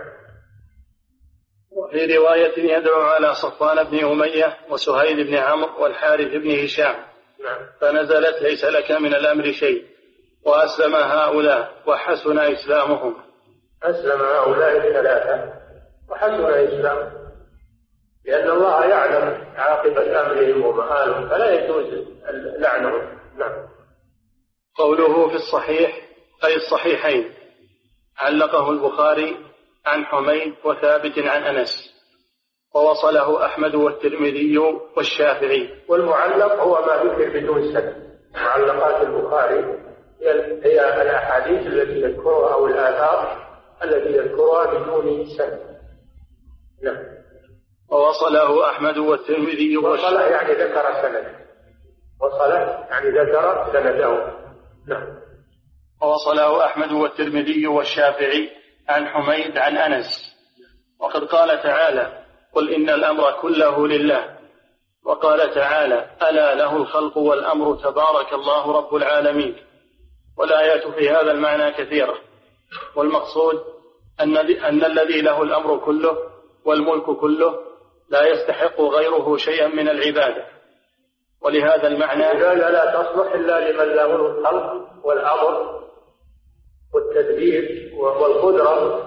وفي رواية يدعو على صفوان بن أمية وسهيل بن عمرو والحارث بن هشام. نعم. فنزلت ليس لك من الأمر شيء، وأسلم هؤلاء وحسن إسلامهم. أسلم هؤلاء الثلاثة وحسن إسلام، لأن الله يعلم عاقبة أمرهم ومآلهم فلا يجوز لعنهم. نعم. قوله في الصحيح أي الصحيحين علقه البخاري عن حميد وثابت عن أنس، ووصله أحمد والترمذي والشافعي. والمعلق هو ما ذكر بدون سند. معلقات البخاري هي الأحاديث التي يذكرها أو الآثار التي يذكرها بدون سند. نعم. ووصله أحمد والترمذي وصله يعني ذكر سند، وصله يعني ذكر سنده. نعم. ووصله أحمد والترمذي والشافعي عن حميد عن أنس. وقد قال تعالى قل إن الأمر كله لله، وقال تعالى ألا له الخلق والأمر تبارك الله رب العالمين. والآيات في هذا المعنى كثيرة، والمقصود أن, أن الذي له الأمر كله والملك كله لا يستحق غيره شيئا من العبادة. ولهذا المعنى لا لا تصلح إلا لمن له الخلق والأمر والتدبير والقدرة.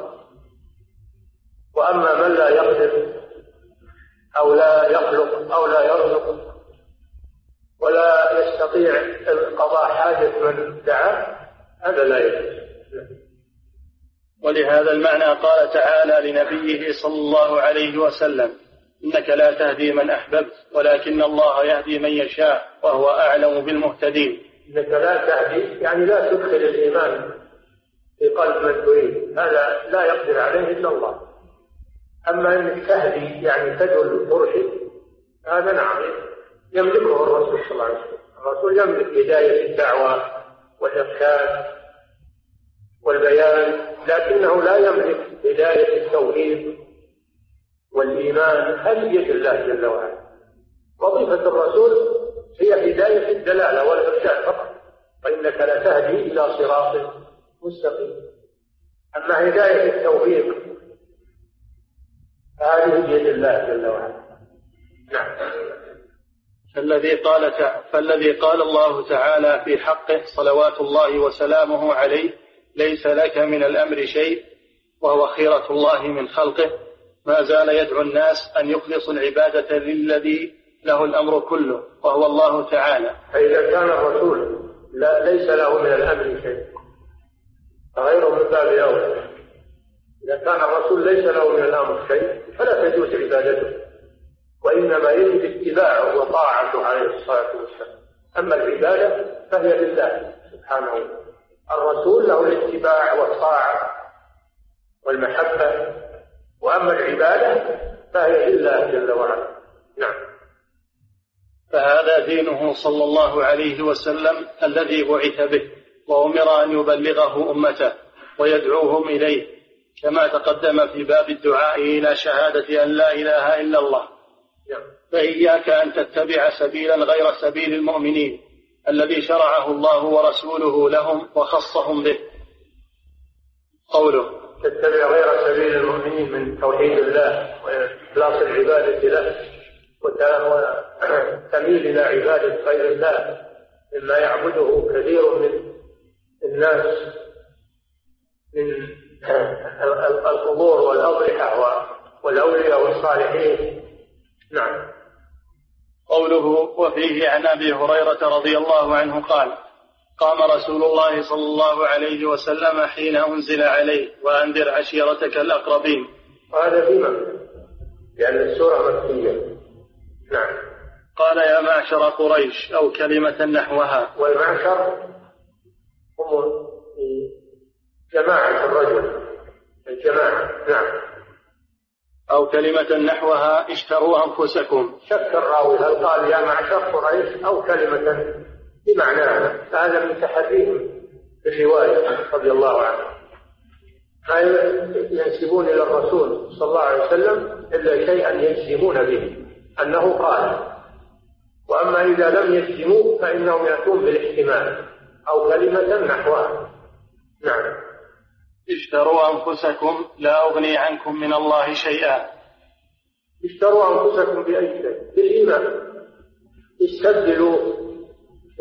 وأما من لا يقدر أو لا يخلق أو لا يرزق ولا يستطيع قضاء حاجة من دعاه هذا لا يجوز. ولهذا المعنى قال تعالى لنبيه صلى الله عليه وسلم إنك لا تهدي من أحببت ولكن الله يهدي من يشاء وهو أعلم بالمهتدين. إنك لا تهدي يعني لا تدخل الإيمان في قلب من تريد، هذا لا يقدر عليه إلا الله. أما إنك تهدي يعني تدل ترشد هذا نعم يملكه الرسول صلى الله عليه وسلم. الرسول يملك هداية الدعوة والإرشاد والبيان، لكنه لا يملك هداية التوحيد والإيمان. هذه بيد الله جل وعلا. وظيفة الرسول هي هداية الدلالة والإرشاد فقط، وإنك لتهدي إلى صراط مستقيم. أما هداية التوفيق هذه بيد الله جل وعلا. نعم. فالذي قال فالذي قال الله تعالى في حقه صلوات الله وسلامه عليه ليس لك من الأمر شيء وهو خيرة الله من خلقه، ما زال يدعو الناس أن يخلصوا العبادة للذي له الأمر كله وهو الله تعالى. فإذا كان الرسول لا ليس له من الأمر شيء فغيره من باب أولى. إذا كان الرسول ليس له من الأمر شيء فلا تجوز عبادته، وإنما يجب اتباعه وطاعته عليه الصلاة والسلام. أما العبادة فهي لله سبحانه وتعالى. الرسول له الاتباع والطاعة والمحبة، وأما العبادة فهي لله جل وعلا. نعم. فهذا دينه صلى الله عليه وسلم الذي بعث به، وأمر أن يبلغه أمته ويدعوهم إليه، كما تقدم في باب الدعاء إلى شهادة أن لا إله إلا الله. فإياك أن تتبع سبيلا غير سبيل المؤمنين الذي شرعه الله ورسوله لهم وخصهم به. قوله تتبع غير سبيل المؤمنين من توحيد الله وإخلاص العبادة له وتميل إلى عبادة غير الله مما يعبده كثير من الناس من القبور والأضرحة والأولياء والصالحين. نعم. قوله وفيه عن أبي هريرة رضي الله عنه قال قام رسول الله صلى الله عليه وسلم حين أنزل عليه وأنذر عشيرتك الأقربين. هذا في مكة لأن السورة مكية. نعم. قال يا معشر قريش أو كلمة نحوها. والمعشر هم جماعة الرجل الجماعة. نعم. أو كلمة نحوها اشتروا أنفسكم. شك الراوي هل قال يا معشر قريش أو كلمة بمعناها، هذا من تحريهم بالرواية رضي الله عنه. ما ينسبون إلى الرسول صلى الله عليه وسلم إلا شيئا يجزمون به أنه قال، وأما إذا لم يجزموا فإنهم يأتون بالاحتمال أو كلمة نحوها. نعم. اشتروا أنفسكم لا أغني عنكم من الله شيئا. اشتروا أنفسكم بأي شيء؟ بالإيمان. استبدلوا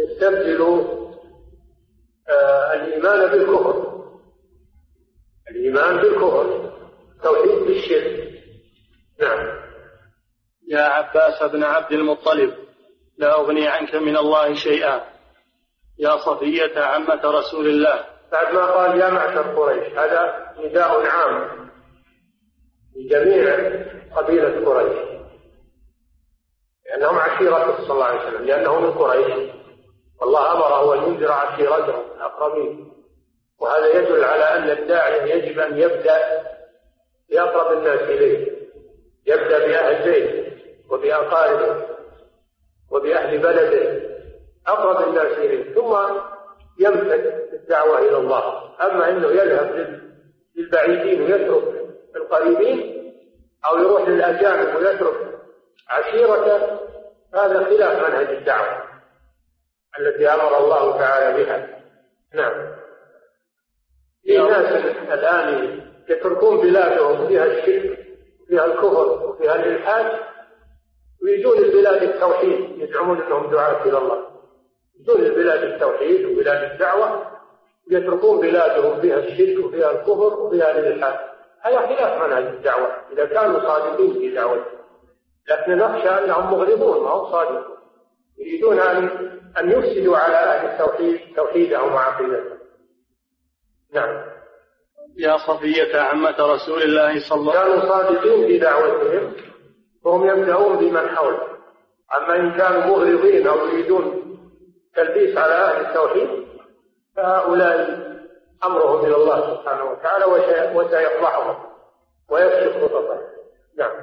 استبدلوا آه الإيمان بالكفر. الإيمان الإيمان بالكفر، توحيد بالشرك. نعم. يا عباس بن عبد المطلب لا أغني عنك من الله شيئا. يا صفية عمة رسول الله. بعد ما قال يا معشر قريش، هذا نداء عام لجميع قبيلة قريش، لأنهم عشيرة صلى الله عليه وسلم، لأنه من قريش، والله أمره أن ينذر عشيرته الأقربين. وهذا يدل على أن الداعية يجب أن يبدأ بأقرب الناس إليه، يبدأ بأهل بيته وبأقاربه وبأهل بلده، أقرب الناس إليه، ثم يمتد الدعوة إلى الله. أما أنه يذهب للبعيدين ويترك القريبين، أو يروح للأجانب ويترك عشيرته، هذا خلاف منهج الدعوة التي أمر الله تعالى بها. نعم. في ناس الآن يتركون بلادهم فيها الشرك فيها الكفر وفيها الإلحاد، ويجون البلاد التوحيد، يزعمون أنهم دعاة إلى الله، يجون البلاد التوحيد وبلاد الدعوة، يتركون بلادهم فيها الشرك وفيها الكفر وفيها الإلحاد. هذا خلاف منهج الدعوة إذا كانوا صادقين في دعوتهم، لكن نخشى أنهم مغرضون ما هم صادقون، يريدون أن أن يفسدوا على أهل التوحيد توحيدهم وعقيدتهم. نعم. يا صفية عمة رسول الله صلى الله عليه وسلم. كانوا صادقين في دعوتهم وهم يبدأون بمن حوله، أما إن كانوا مغرضين أو يريدون تلبيس على أهل التوحيد فهؤلاء أمرهم إلى الله سبحانه وتعالى وسيفضحهم ويكشف خططهم. نعم.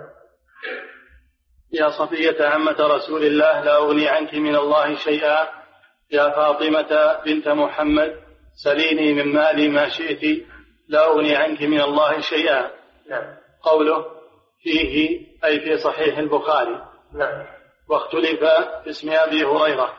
يا صفية عمة رسول الله لا أغني عنك من الله شيئا. يا فاطمة بنت محمد سليني من مالي ما شئت لا أغني عنك من الله شيئا. نعم. قوله فيه أي في صحيح البخاري. نعم. واختلف في اسم أبي هريرة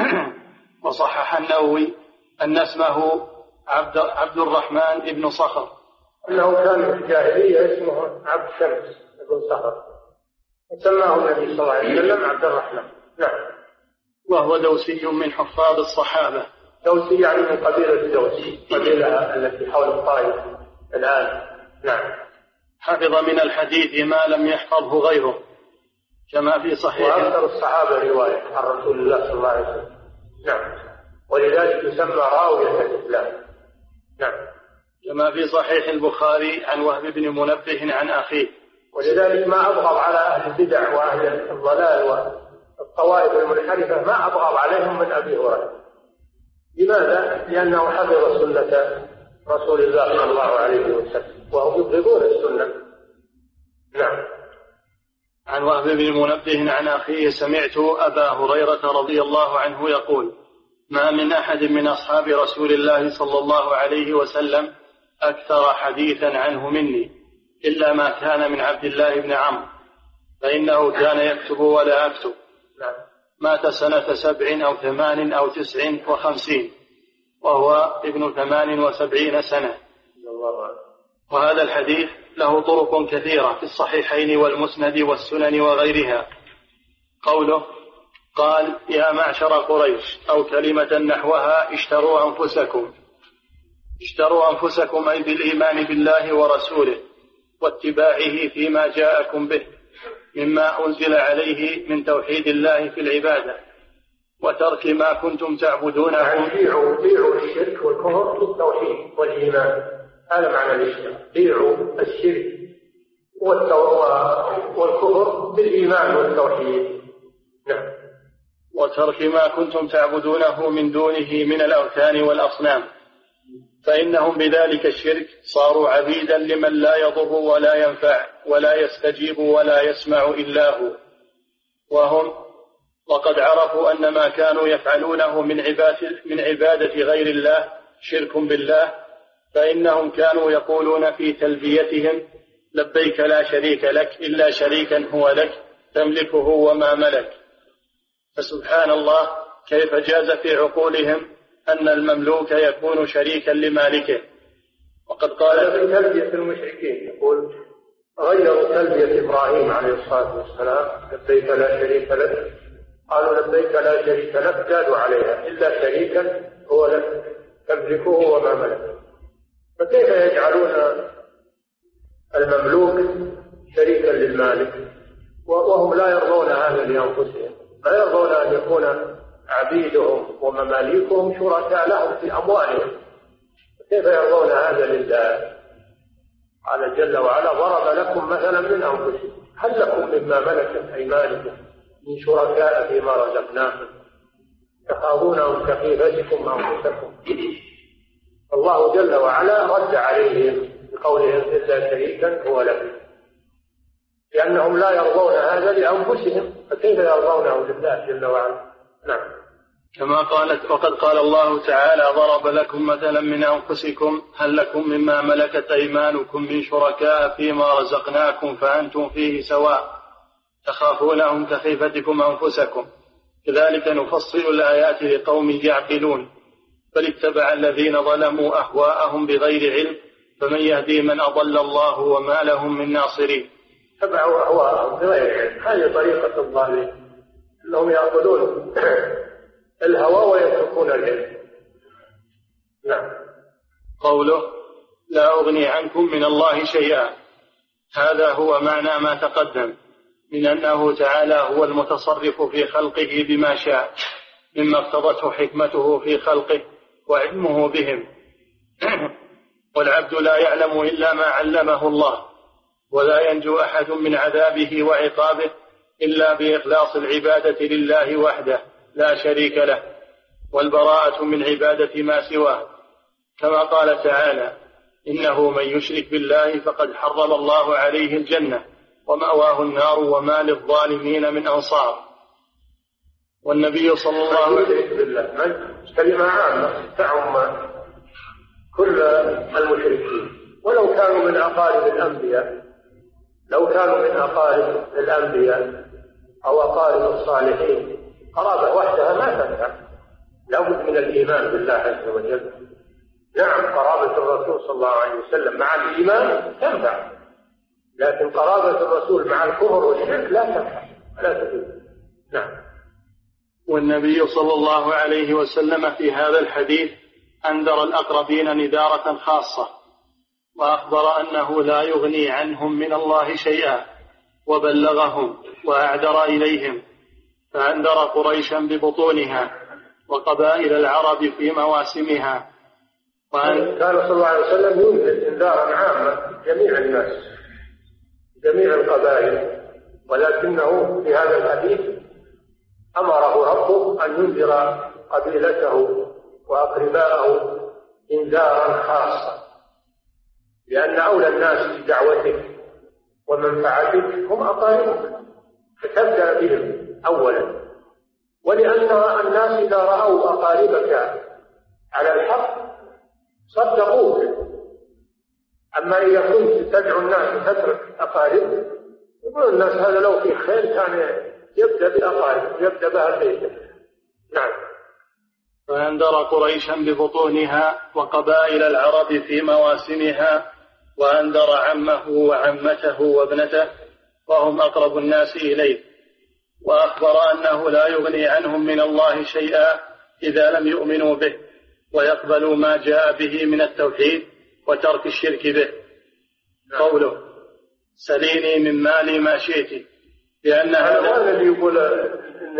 وصحح النووي أن اسمه عبد, عبد الرحمن بن صخر، أنه كان في الجاهلية اسمه عبد شمس بن صخر، وسماه النبي صلى الله عليه وسلم عبد الرحمن. نعم. وهو دوسي من حفاظ الصحابة. دوسي يعني من قبيلة دوسي، قبيلة التي حول الطائف الآن. نعم. حفظ من الحديث ما لم يحفظه غيره كما في صحيح. وأكثر الصحابة رواية عن رسول الله صلى الله عليه وسلم. نعم. ولذلك يسمى راوية الإسلام. نعم. كما في صحيح البخاري عن وهب بن منبه عن أخيه. ولذلك ما أبغض على أهل البدع وأهل الضلال والطوائف المنحرفة، ما أبغض عليهم من أبي هريرة. لماذا؟ لأنه حفظ سنة رسول الله صلى الله عليه وسلم، وهم يبغضون السنة. نعم. عن وهب بن منبه عن أخيه سمعت أبا هريرة رضي الله عنه يقول ما من أحد من أصحاب رسول الله صلى الله عليه وسلم أكثر حديثا عنه مني إلا ما كان من عبد الله بن عمرو فإنه كان يكتب ولا أكتب. مات سنة سبع أو ثمان أو تسع وخمسين وهو ابن ثمان وسبعين سنة. وهذا الحديث له طرق كثيرة في الصحيحين والمسند والسنن وغيرها. قوله قال يا معشر قريش أو كلمة نحوها اشتروا أنفسكم. اشتروا أنفسكم أي بالإيمان بالله ورسوله واتباعه فيما جاءكم به مما أنزل عليه من توحيد الله في العبادة وترك ما كنتم تعبدونه. يعني بيعوا بيعوا الشرك والكفر بالتوحيد والإيمان، هذا معنى الاشتراء. بيعوا الشرك والكفر بالإيمان والتوحيد. نعم. وترك ما كنتم تعبدونه من دونه من الأوثان والأصنام، فإنهم بذلك الشرك صاروا عبيدا لمن لا يضر ولا ينفع ولا يستجيب ولا يسمع إلا هو. وهم وقد عرفوا أن ما كانوا يفعلونه من عبادة, من عبادة غير الله شرك بالله، فإنهم كانوا يقولون في تلبيتهم لبيك لا شريك لك إلا شريكا هو لك تملكه وما ملك. فسبحان الله كيف جاز في عقولهم أن المملوك يكون شريكا لمالكه. وقد قال في تلبية المشركين يقول غيروا تلبية إبراهيم عليه الصلاة والسلام لبيك لا شريك لك، قالوا لبيك لا شريك لك زادوا عليها إلا شريكا هو لك تملكه وما ملك. فكيف يجعلون المملوك شريكا للمالك، وهم لا يرضون هذا لأنفسهم، لا يرضون أن يكون عبيدهم ومماليكهم شركاء لهم في أموالهم، كيف يرضون هذا لله؟ قال جل وعلا: ضرب لكم مثلا من أنفسكم هل لكم مما ملكت أيمانكم من شركاء فيما رزقناكم تخافونهم كخيفتكم أنفسكم. الله جل وعلا رد عليهم بقولهم: إلا شريكا هو لكم، لأنهم لا يرضون هذا لأنفسهم، فكيف يرضونه لله جل وعلا؟ نعم. كما قالت: وقد قال الله تعالى: ضرب لكم مثلا من أنفسكم هل لكم مما ملكت أيمانكم من شركاء فيما رزقناكم فأنتم فيه سواء تخافونهم كخيفتكم أنفسكم كذلك نفصل الآيات لقوم يعقلون بل اتبع الذين ظلموا أهواءهم بغير علم فمن يهدي من أضل الله وما لهم من ناصرين. اتبعوا أهواءهم بغير علم، هذه طريقة الظالمين، أنهم يأخذون الهوى ويتركون العلم. نعم. قوله: لا أغني عنكم من الله شيئا، هذا هو معنى ما تقدم من أنه تعالى هو المتصرف في خلقه بما شاء مما اقتضته حكمته في خلقه وعلمه بهم والعبد لا يعلم إلا ما علمه الله، ولا ينجو أحد من عذابه وعقابه إلا بإخلاص العبادة لله وحده لا شريك له، والبراءة من عبادة ما سواه، كما قال تعالى: إنه من يشرك بالله فقد حرم الله عليه الجنة ومأواه النار وما للظالمين من أنصار. والنبي صلى الله عليه وسلم كلمة عامة تعم كل المشركين، ولو كانوا من أقارب الأنبياء، لو كانوا من أقارب الأنبياء أو أقارب الصالحين، قرابة وحدها ما تنفع، لابد من الإيمان بالله عز وجل. نعم، قرابة الرسول صلى الله عليه وسلم مع الإيمان تنفع، لكن قرابة الرسول مع الكفر والشرك لا تنفع، لا تفيد. نعم. والنبي صلى الله عليه وسلم في هذا الحديث أنذر الأقربين نذارة خاصة، وأخبر أنه لا يغني عنهم من الله شيئا، وبلغهم وأعذر إليهم، فأنذر قريشا ببطونها وقبائل العرب في مواسمها. وأن كان صلى الله عليه وسلم ينذر انذارا عاما جميع الناس جميع القبائل، ولكنه في هذا الحديث أمره ربه أن ينذر قبيلته وأقرباءه انذارا خاصا، لأن أولى الناس بدعوتك ومنفعتك هم أقاربك، فتبدأ بهم أولا، ولأن الناس إذا رأوا أقاربك على الحق صدقوك. أما إذا كنت تدعو الناس تترك أقاربك، يقول الناس هذا لو في خير كان يبدأ بأقارب، يبدأ بها بيتك. نعم. فأنذر قريشا ببطونها وقبائل العرب في مواسمها، وأنذر عمه وعمته وابنته وهم أقرب الناس إليه، وأخبر أنه لا يغني عنهم من الله شيئا إذا لم يؤمنوا به ويقبلوا ما جاء به من التوحيد وترك الشرك به. قوله: سليني من مالي ما شئت، لأن هذا الذي يقول إن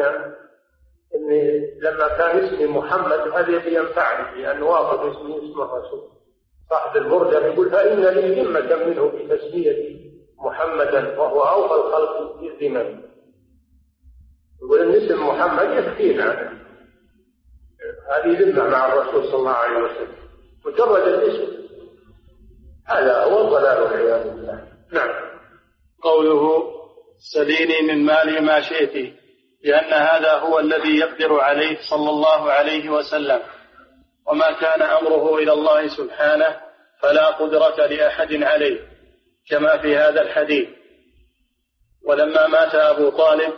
إن لما كان اسمي محمد هذا ينفعني لأن واخذ اسمي اسم الرسول. صاحب البردة يقول: فإن لي ذمة منه بتسميتي محمدا وهو أوفى الخلق بالذمم. يقول إن اسم محمد يكفينا، هذه ذمة مع الرسول صلى الله عليه وسلم، مجرد الاسم هذا هو الضلال والعياذ بالله. نعم. قوله: سليني من مالي ما شئت، لأن هذا هو الذي يقدر عليه صلى الله عليه وسلم، وما كان أمره إلى الله سبحانه فلا قدرة لأحد عليه، كما في هذا الحديث. ولما مات أبو طالب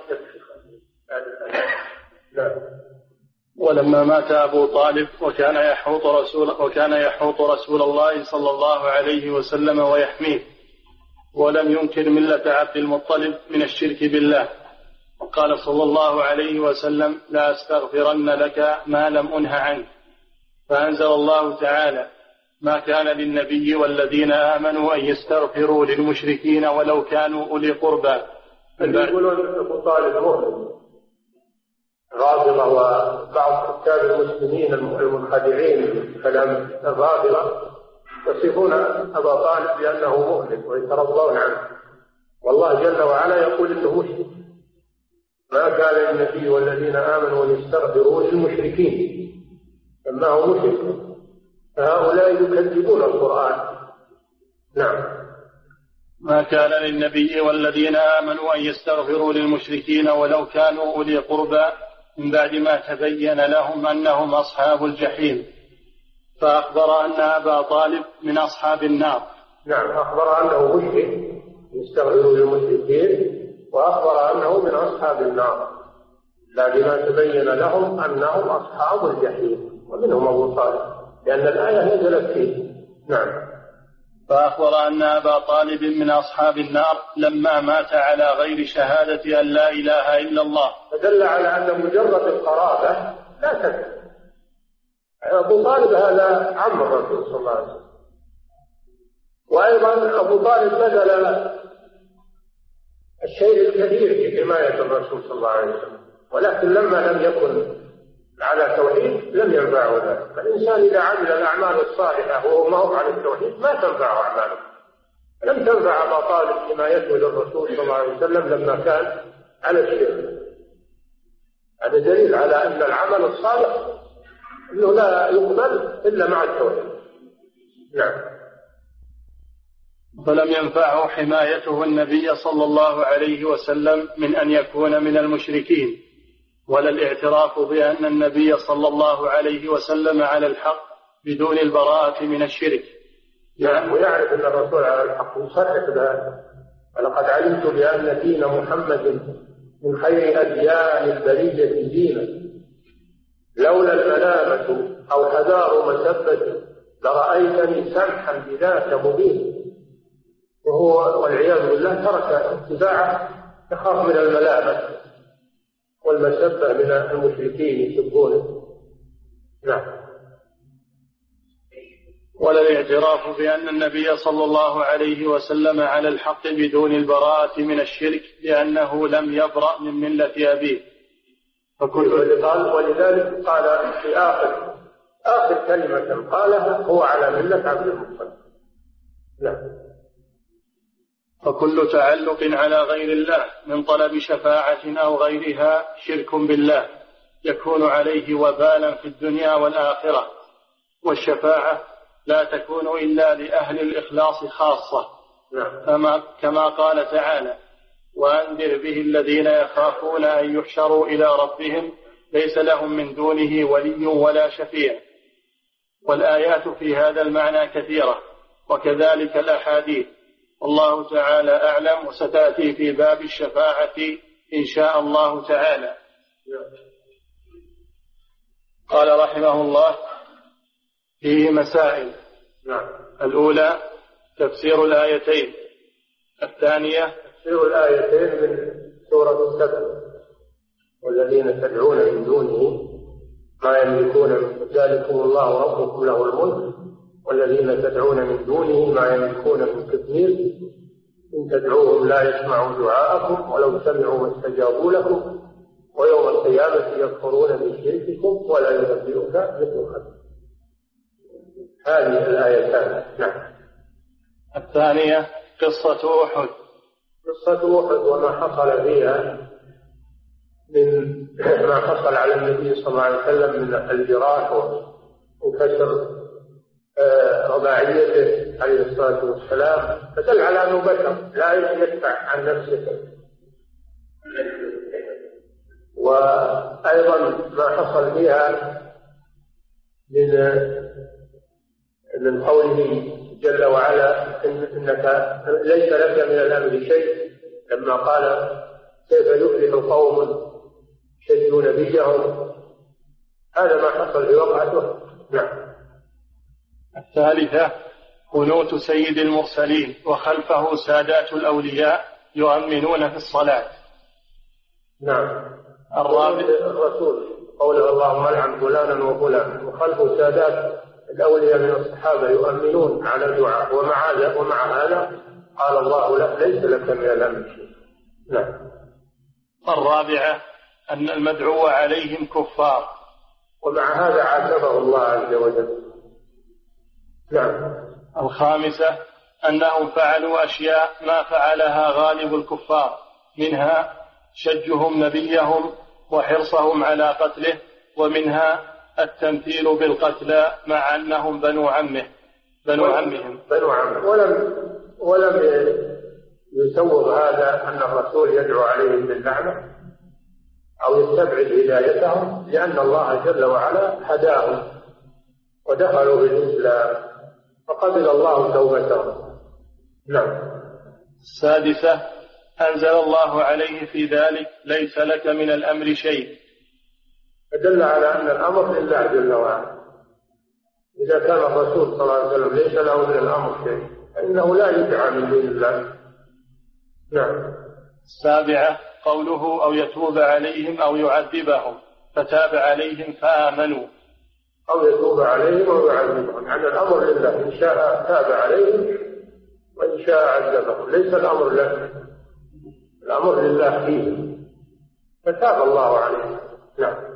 ولما مات أبو طالب وكان يحوط رسول وكان يحوط رسول الله صلى الله عليه وسلم ويحميه، ولم ينكر ملة عبد المطلب من الشرك بالله، وقال صلى الله عليه وسلم: لا أستغفرن لك ما لم أنه عنك. فأنزل الله تعالى: ما كان للنبي والذين آمنوا أن يستغفروا للمشركين ولو كانوا أولي قربى. يقولون أبو طالب مؤمن. الرافضة وبعض كتاب المسلمين المنخدعين كلام الرافضة يصفون أبا طالب بأنه مؤمن ويترضون عنه، والله جل وعلا يقول إنه مشرك. ما كان للنبي والذين آمنوا أن يستغفروا للمشركين، أما هو مشرك، فهؤلاء يكذبون القرآن. نعم. ما كان للنبي والذين آمنوا أن يستغفروا للمشركين ولو كانوا أولي قربى من بعد ما تبين لهم أنهم أصحاب الجحيم، فأخبر أن أبا طالب من أصحاب النار. نعم، أخبر أنه مشرك يستغفروا للمشركين، وأخبر أنه من أصحاب النار بعد ما تبين لهم أنهم أصحاب الجحيم، ومنهم أبو طالب لأن الآية نزلت فيه. نعم. فأخبر أن أبا طالب من أصحاب النار لما مات على غير شهادة أن لا إله إلا الله، فدل على أن مجرد القرابة لا تكفي. أبو طالب هذا عم الرسول صلى الله عليه وسلم، وأيضا أبو طالب بذل الشيء الكثير في حماية الرسول صلى الله عليه وسلم، ولكن لما لم يكن على توحيد لم ينفعه ذلك. فالإنسان إذا عمل الأعمال الصالحة وهو ما هو على التوحيد ما تنفعه أعماله. لم تنفع أبا طالب حمايته للرسول صلى الله عليه وسلم لما كان على الشرك. هذا دليل على أن العمل الصالح أنه لا يقبل إلا مع التوحيد. نعم. فلم ينفعه حمايته النبي صلى الله عليه وسلم من أن يكون من المشركين، ولا الاعتراف بأن النبي صلى الله عليه وسلم على الحق بدون البراءة من الشرك. نعم، ويعرف أن الرسول على الحق يصرح بهذا: ولقد علمت بأن دين محمد من خير أديان البرية دينا، لولا الملامة أو حذار مسبة لرأيتني سمحا بذاك مبين. وهو والعياذ بالله ترك اتباعه يخاف من الملامة والمسبة من المشركين يسبونه. نعم. ولا الاعتراف بأن النبي صلى الله عليه وسلم على الحق بدون البراءة من الشرك لأنه لم يبرأ من ملة أبيه. فكل قال ولذلك قال في آخر آخر كلمة قالها هو على ملة عبد المطلب. نعم. فكل تعلق على غير الله من طلب شفاعة أو غيرها شرك بالله يكون عليه وبالا في الدنيا والآخرة، والشفاعة لا تكون إلا لأهل الإخلاص خاصة. كما, كما قال تعالى: وأنذر به الذين يخافون أن يحشروا إلى ربهم ليس لهم من دونه ولي ولا شفيع. والآيات في هذا المعنى كثيرة، وكذلك الأحاديث، والله تعالى أعلم، وستأتي في باب الشفاعة إن شاء الله تعالى. قال رحمه الله: فيه مسائل. الأولى تفسير الآيتين. الثانية تفسير الآيتين من سورة السبع: والذين تدعون من دونه ما يملكون من ذلكم الله ربكم له الملك والذين تدعون من دونه ما يملكون من كثير إن تدعوهم لا يسمعوا دعاءكم ولو سمعوا ما استجابوا لكم ويوم القيامة يكفرون بشرككم ولا ينبئك مثل خبير. هذه الآيتان. نعم. الثانية قصة أحد. قصة أحد وما حصل فيها من ما حصل على النبي صلى الله عليه وسلم من الجراح وكسر رباعيته عليه الصلاة والسلام، فدل على أنه بشر لا يدفع عن نفسه. وأيضا ما حصل فيها من من قوله جل وعلا إن إنك ليس لك من الأمر شيء، لما قال كيف يفلح قوم شهدوا نبيهم. هذا ما حصل في وقعته. نعم. الثالثة قنوت سيد المرسلين وخلفه سادات الأولياء يؤمنون في الصلاة. نعم. الرابع الرسول قوله اللهم العن فلانا وفلانا، وخلفه سادات الأولياء من الصحابة يؤمنون على الدعاء، ومع هذا ومع هذا قال الله له ليس لك من الأمر شيء. نعم. الرابعة أن المدعو عليهم كفار، ومع هذا عاتبه الله عز وجل. نعم. الخامسة أنهم فعلوا أشياء ما فعلها غالب الكفار، منها شجهم نبيهم وحرصهم على قتله، ومنها التمثيل بالقتلى مع أنهم بنو عمه بنو عمهم بنو عمه ولم ولم يسوغ هذا أن الرسول يدعو عليهم باللعنة أو يستبعد هدايتهم، لأن الله جل وعلا هداهم ودخلوا بالإسلام فقبل الله توبتهم. نعم. السادسة أنزل الله عليه في ذلك ليس لك من الأمر شيء، فدل على أن الأمر لله جل وعلا. إذا كان الرسول صلى الله عليه وسلم ليس له من الأمر شيء فإنه لا يدعى من دون الله. نعم. السابعة قوله أو يتوب عليهم أو يعذبهم، فتاب عليهم فآمنوا. أو يتوب عليهم أو يعذبهم، يعني الأمر لله، إن شاء تاب عليهم وإن شاء عذبهم، ليس الأمر لك، الأمر لله فيه، فتاب الله عليهم. نعم.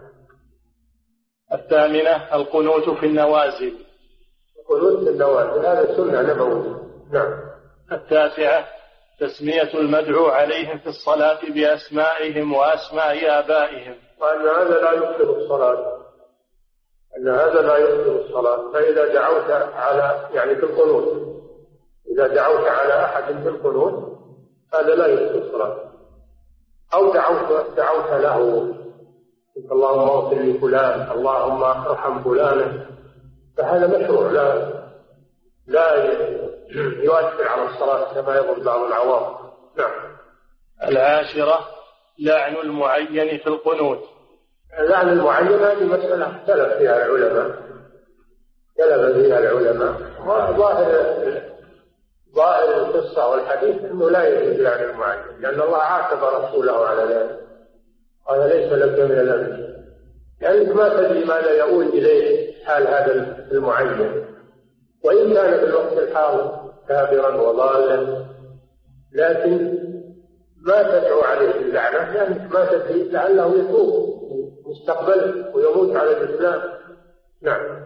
الثامنة القنوت في النوازل، القنوت في النوازل هذا سنة نبوية. نعم. التاسعة تسمية المدعو عليهم في الصلاة بأسمائهم وأسماء آبائهم، وأن هذا لا يبطل الصلاة، أن هذا لا يبطل الصلاة. فإذا دعوت على يعني في القنوت، إذا دعوت على أحد في القنوت هذا لا يبطل الصلاة، أو دعوت دعوت له اللهم اغفر لفلان، اللهم ارحم فلانا، فهذا مشروع لا لا يؤثر على الصلاة كما يظن بعض العوام. نعم. العاشرة لعن المعين في القنوت. لعن المعين هذه مسألة اختلف فيها العلماء، اختلف فيها العلماء، وظاهر ظاهر القصة والحديث أنه لا يجوز لعن المعين، لأن الله عاتب رسوله على ذلك، قال ليس لك من الأمر، لأنك ما تدري ماذا يؤول إليه حال هذا المعين، وإن كان في الوقت الحاضر كافرا وضالا، لكن ما تدعو عليه اللعنة، لأنك ما تدري لعله يتوب مستقبلا ويموت على الإسلام. نعم.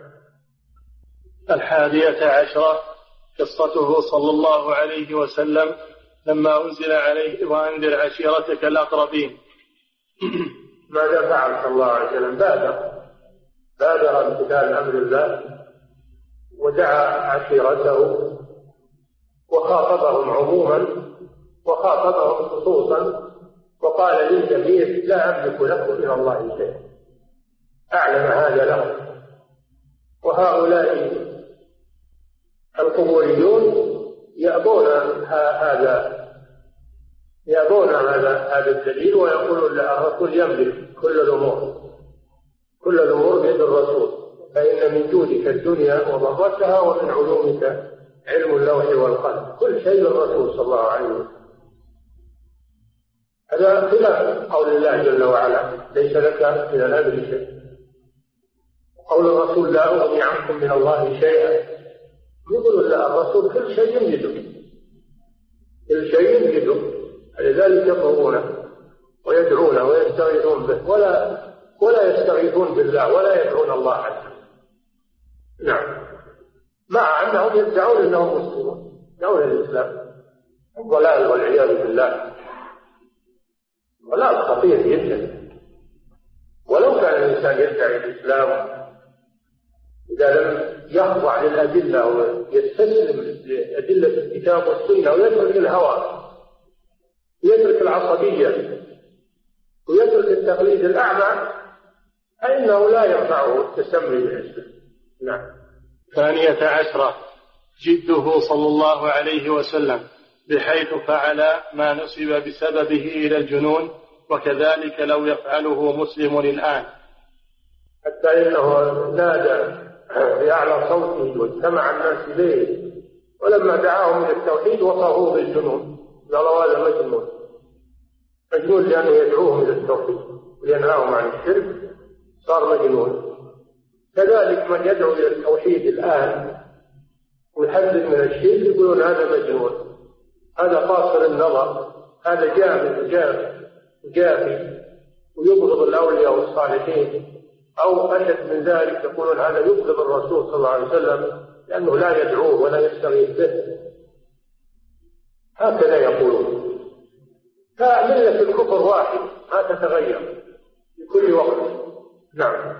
الحادية عشرة قصته صلى الله عليه وسلم لما أنزل عليه وأنذر عشيرتك الأقربين. ماذا فعل صلى الله عليه وسلم؟ بادر بادر امتثال أمر الله ودعا عشيرته وخاطبهم عموما وخاطبهم خصوصا، وقال للجميع لا أملك لكم من الله شيئا، أعلم هذا لهم. وهؤلاء القبوريون يأبون هذا يأبون هذا هذا الدليل، ويقولون الرسول يملك كل الأمور، كل الأمور بيد الرسول، فإن من جودك الدنيا وضرتها ومن علومك علم اللوح والقلم، كل شيء الرسول صلى الله عليه وسلم. هذا خلاف قول الله جل وعلا ليس لك من الأمر شيء، قول الرسول لا أغني عنكم من الله شيئا، يقول لا، الرسول كل شيء يملكه، كل شيء يملكه، لذلك يطلبونه ويدعونه ويستغيثون به، ولا ولا يستغيثون بالله ولا يدعون الله عز وجل. نعم. مع أنهم يدعون أنهم مسلمون، يدعون الإسلام، الضلال والعياذ بالله، ضلال خطير جدا. ولو كان الإنسان يدعي الإسلام إذا لم يخضع للأدلة ويستسلم لأدلة الكتاب والسنة ويترك الهوى، يترك العصبية ويترك التقليد الأعمى، فإنه لا ينفعه التسمي بالإسلام. نعم. ثانية عشرة جده صلى الله عليه وسلم، بحيث فعل ما نسب بسببه إلى الجنون، وكذلك لو يفعله مسلم الآن، حتى إنه نادى بأعلى صوته واجتمع الناس إليه، ولما دعاهم إلى التوحيد وصفوه بالجنون، قالوا هذا مجنون، مجنون لأنه يدعوهم إلى التوحيد وينهاهم عن الشرك، صار مجنون. كذلك من يدعو إلى التوحيد الآن ويحذر من الشرك يقولون هذا مجنون، هذا قاصر النظر، هذا جاهل جاهل جاهل ويبغض الأولياء والصالحين، أو أشد من ذلك يقولون هذا يبغض الرسول صلى الله عليه وسلم لأنه لا يدعوه ولا يستغيث به، هكذا يقولون. فملة الكفر واحد ما تتغير في كل وقت. نعم.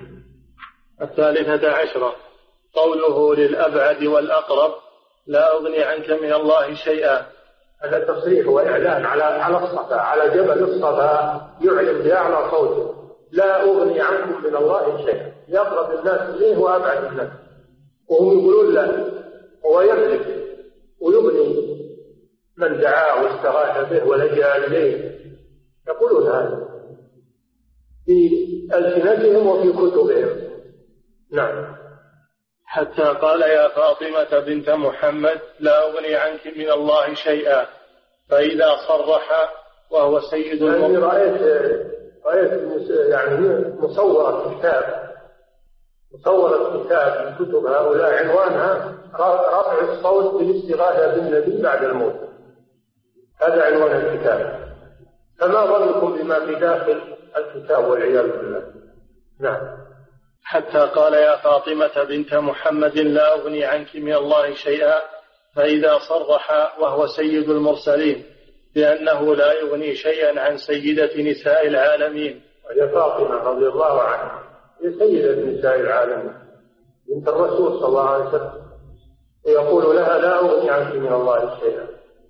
الثالثة عشرة قوله للأبعد والأقرب لا أغني عنك من الله شيئا. هذا تصريح وإعلان على على الصفا، على جبل الصفا، يعلن بأعلى صوته لا أغني عنكم من الله شيئا، يقرب الناس إليه وأبعد الناس، وهم يقولون لا، هو يملك ويغني من دعاه واستغاث به ولجأ إليه، يقولون هذا في ألسنتهم وفي كتبهم. نعم. حتى قال يا فاطمة بنت محمد لا أغني عنك من الله شيئا، فإذا صرح وهو سيد المؤمنين. يعني رأيت رأيت يعني مصورة كتاب مصورة كتاب من كتب هؤلاء عنوانها رفع الصوت بالاستغاثة بالنبي بعد الموت، هذا عنوان الكتاب. فما ظنكم بما في داخل الكتاب والعياذ بالله. نعم. حتى قال يا فاطمة بنت محمد لا أغني عنك من الله شيئا، فإذا صرح وهو سيد المرسلين بأنه لا يغني شيئا عن سيدة نساء العالمين. وهي فاطمة رضي الله عنها هي سيدة نساء العالمين بنت الرسول صلى الله عليه وسلم، ويقول لها لا أغني عنك من الله شيئا،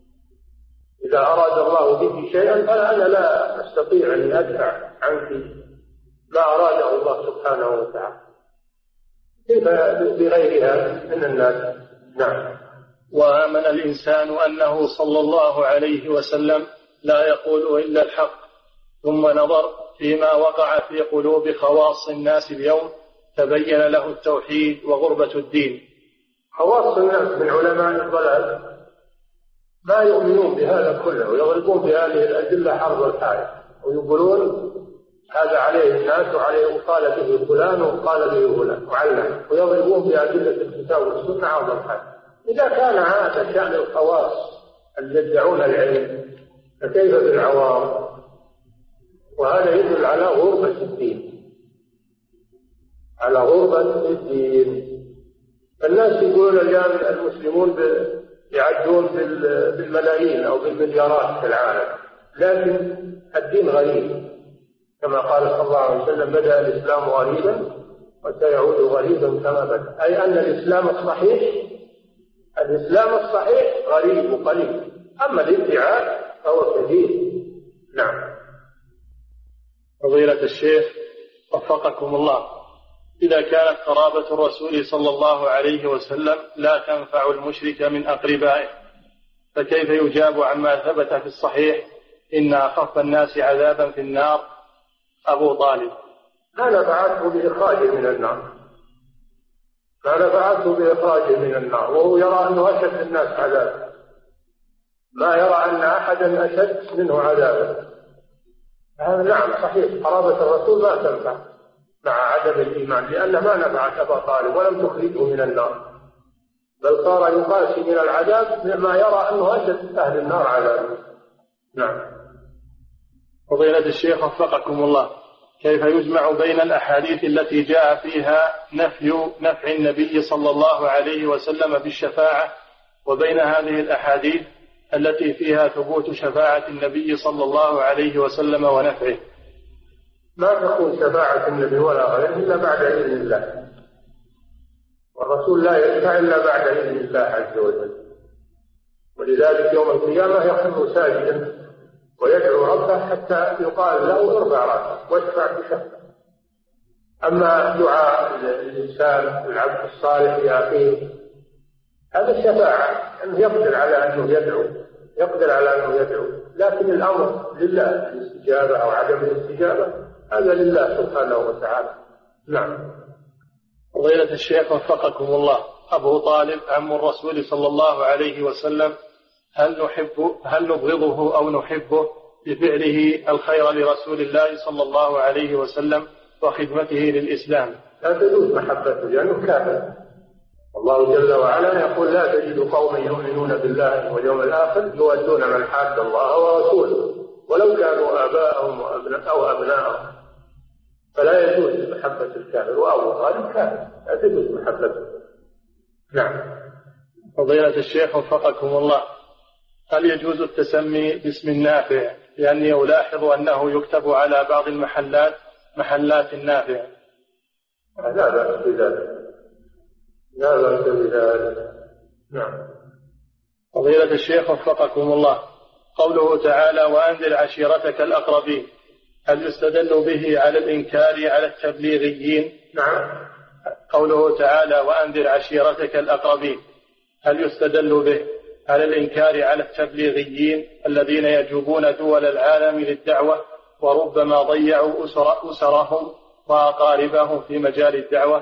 إذا أراد الله بك شيئا فأنا لا أستطيع أن أدفع عنك ما أراده الله سبحانه وتعالى، كيف بغيرها من الناس. نعم. وآمن الإنسان أنه صلى الله عليه وسلم لا يقول إلا الحق، ثم نظر فيما وقع في قلوب خواص الناس اليوم تبين له التوحيد وغربة الدين. خواص الناس من علماء الضلال ما يؤمنون بهذا كله ويضربون بهذه الأدلة حرب الحائط ويقولون هذا عليه الناس وعليه وقال به فلان وقال به فلان وعلم، ويضربون بأدلة الكتاب والسنة عرض الحائط. إذا كان هذا شأن الخواص الذين يدعون العلم فكيف بالعوام؟ وهذا يدل على غربة الدين، على غربة الدين. الناس يقولون الآن المسلمون يعدون بالملايين أو بالمليارات في العالم، لكن الدين غريب كما قال صلى الله عليه وسلم بدأ الإسلام غريبا وسيعود غريبا كما بدأ، أي أن الإسلام الصحيح الإسلام الصحيح غريب وقليل، أما الادعاء فهو كثير. نعم. فضيلة الشيخ وفقكم الله، إذا كانت قرابة الرسول صلى الله عليه وسلم لا تنفع المشرك من أقربائه، فكيف يجاب عما ثبت في الصحيح إن أخف الناس عذابا في النار أبو طالب؟ ما نفعته بإخراجه من النار، ما نفعته بإخراجه من النار، وهو يرى أنه أشد الناس عذابا، ما يرى أن أحدا أشد منه عذابا. هذا نعم صحيح، قرابة الرسول ما تنفع مع عدم الإيمان، لأنه ما نفعت أبا طالب ولم تخرجه من النار، بل صار يقاسي من العذاب مما يرى أنه أشد أهل النار عذابا. نعم. فضيلة الشيخ وفقكم الله، كيف يجمع بين الأحاديث التي جاء فيها نفي نفع النبي صلى الله عليه وسلم بالشفاعة وبين هذه الأحاديث التي فيها ثبوت شفاعة النبي صلى الله عليه وسلم ونفعه؟ ما تكون شفاعة النبي ولا غيره إلا بعد إذن الله، والرسول لا يشفع إلا بعد إذن الله عز وجل، ولذلك يوم القيامة يخر ساجدا ويدعو ربه حتى يقال له ارفع رأسك واشفع بشفاعة. أما دعاء الإنسان العبد الصالح لأخيه هذا الشفاعة، أنه يقدر على أنه يدعو يقدر على أنه يدعو لكن الأمر لله، الاستجابة أو عدم الاستجابة هذا لله سبحانه وتعالى. نعم. فضيلة الشيخ وفقكم الله، أبو طالب عم الرسول صلى الله عليه وسلم هل نحبه هل نبغضه أو نحبه بفعله الخير لرسول الله صلى الله عليه وسلم وخدمته للإسلام؟ لا تجوز محبته لأنه كافر. الله جل وعلا يقول لا تجد قوما يؤمنون بالله واليوم الآخر يودون من حاد الله ورسوله ولو كانوا آباءهم أو أبناءهم، فلا يجوز محبة الكافر، وأبو طالب كافر لا تجوز محبته. نعم. فضيلة الشيخ وفقكم الله، هل يجوز التسمي باسم النافع؟ لأني ألاحظ أنه يكتب على بعض المحلات محلات النافع. لا بأس بذلك، لا بأس بذلك. نعم. فضيلة الشيخ وفقكم الله، قوله تعالى وأنذر عشيرتك الأقربين، هل يستدل به على الإنكار على التبليغيين؟ نعم. قوله تعالى وأنذر عشيرتك الأقربين، هل يستدل به على الإنكار على التبليغيين الذين يجوبون دول العالم للدعوة وربما ضيعوا أسر أسرهم وأقاربهم في مجال الدعوة؟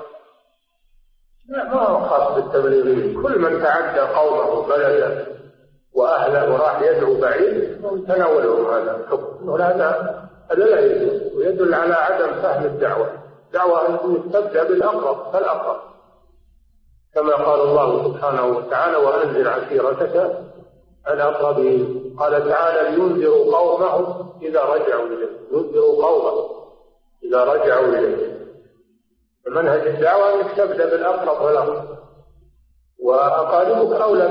لا، ما هو خاص بالتبليغيين، كل من تعدى قومه بلده وأهله وراح يدعو بعيد تناولهم هذا الحكم، وهذا هذا لا يجوز، ويدل على عدم فهم الدعوة. الدعوة أن تبدأ بالأقرب فالأقرب، كما قال الله سبحانه وتعالى وأنذر عشيرتك الأقربين. قال تعالى لينذروا قومهم إذا رجعوا إليه، ينذروا قومهم إذا رجعوا إليه. منهج الدعوة أنك تبدأ بالأقرب والأقرب، وأقاربك أولى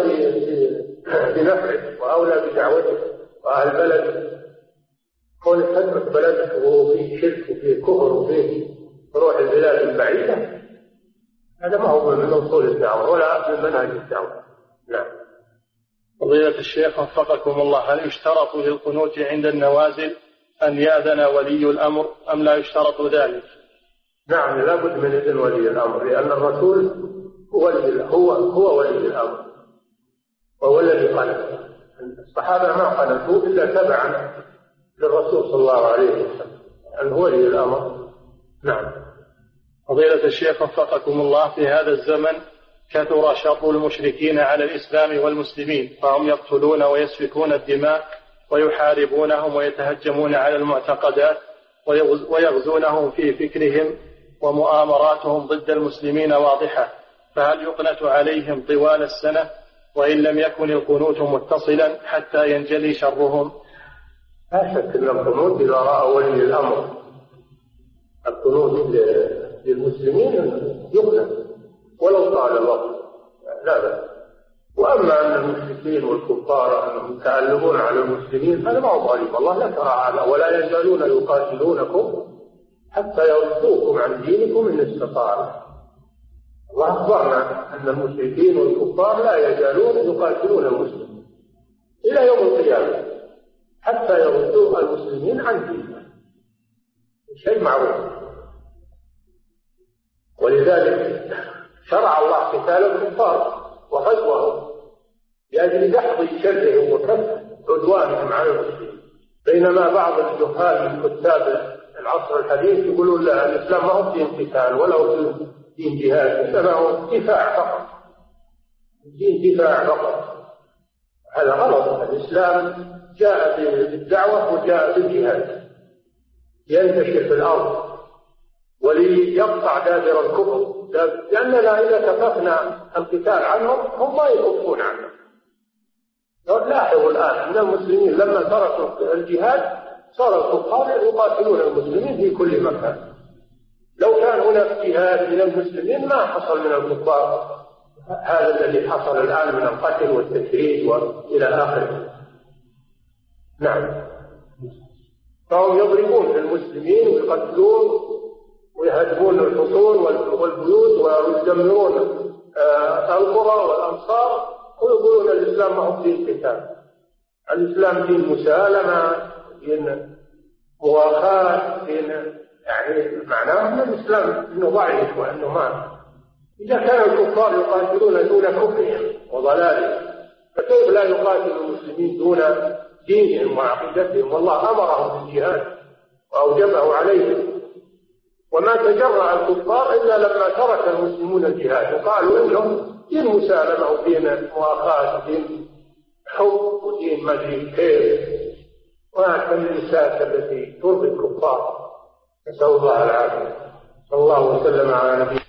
بنفعك وأولى بدعوتك، وأهل بلدك كونك تترك بلدك وهو فيه شرك وفيه كفر وفيه روح البلاد البعيدة، هذا ما هو من أصول الدعوة ولا من منهج الدعوة. نعم. فضيلة الشيخ وفقكم الله، هل يشترط للقنوت عند النوازل أن يأذن ولي الأمر أم لا يشترط ذلك؟ نعم، لا بد من إذن ولي الأمر، لأن الرسول هو هو هو ولي الأمر وهو الذي قنت. الصحابة ما قنتوا إلا تبعا للرسول صلى الله عليه وسلم، أن هو ولي الأمر. نعم. فضيلة الشيخ وفقكم الله، في هذا الزمن كثر شر المشركين على الإسلام والمسلمين، فهم يقتلون ويسفكون الدماء ويحاربونهم ويتهجمون على المعتقدات ويغزونهم في فكرهم، ومؤامراتهم ضد المسلمين واضحة، فهل يقنت عليهم طوال السنة وإن لم يكن القنوت متصلا حتى ينجلي شرهم؟ لا شك أن القنوت إذا رأى ولي الأمر القنوت للمسلمين يقنت ولو طال الوقت، لا بأس. وأما أن المشركين والكفار أنهم يتعلمون على المسلمين هذا ما هو غريب، الله ذكر هذا ولا يزالون يقاتلونكم حتى يردوكم عن دينكم إن استطاعوا. الله أخبرنا أن المشركين والكفار لا يزالون يقاتلون المسلمين إلى يوم القيامة حتى يردوا المسلمين عن دينهم، شيء معروف. ولذلك شرع الله قتال الكفار وغزوهم لأجل دحض شرهم وكف عدوانهم على المسلمين، بينما بعض الجهال من كتاب العصر الحديث يقولون لا، الإسلام ما هو دين قتال ولا هو دين جهاد، إنما هو دفاع فقط، دين دفاع فقط. هذا غلط. الإسلام جاء بالدعوة وجاء بالجهاد ينتشر في الأرض وليقطع دابر الكفر، لأننا إذا كففنا القتال عنهم هم ما يكفون عنهم. لاحظوا الآن أن المسلمين لما تركوا الجهاد صار الكفار يقاتلون المسلمين في كل مكان. لو كان هناك جهاد من المسلمين ما حصل من الكفار هذا الذي حصل الآن من القتل والتشريد وإلى آخره. نعم. فهم يضربون في المسلمين ويقتلون ويهدمون الحصون والبيوت ويدمرون القرى والأمصار ويقولون الإسلام ما هو دين قتال، الإسلام دين مسالمة، دين مواخاة، دين يعني معناه أن الإسلام إنه ضعيف وأنه ما. إذا كان الكفار يقاتلون دون كفرهم وضلالهم فكيف لا يقاتل المسلمين دون دينهم وعقيدتهم؟ والله أمرهم بالجهاد وأوجبه عليهم، وما تجرأ الكفار إلا لما ترك المسلمون الجهاد وقالوا إنهم دين مسالمة ودين مؤاخاة ودين حب ودين مدري كيف، وهكذا النساء التي ترضي الكفار، نسأل الله العافية. صلى الله وسلم على نبينا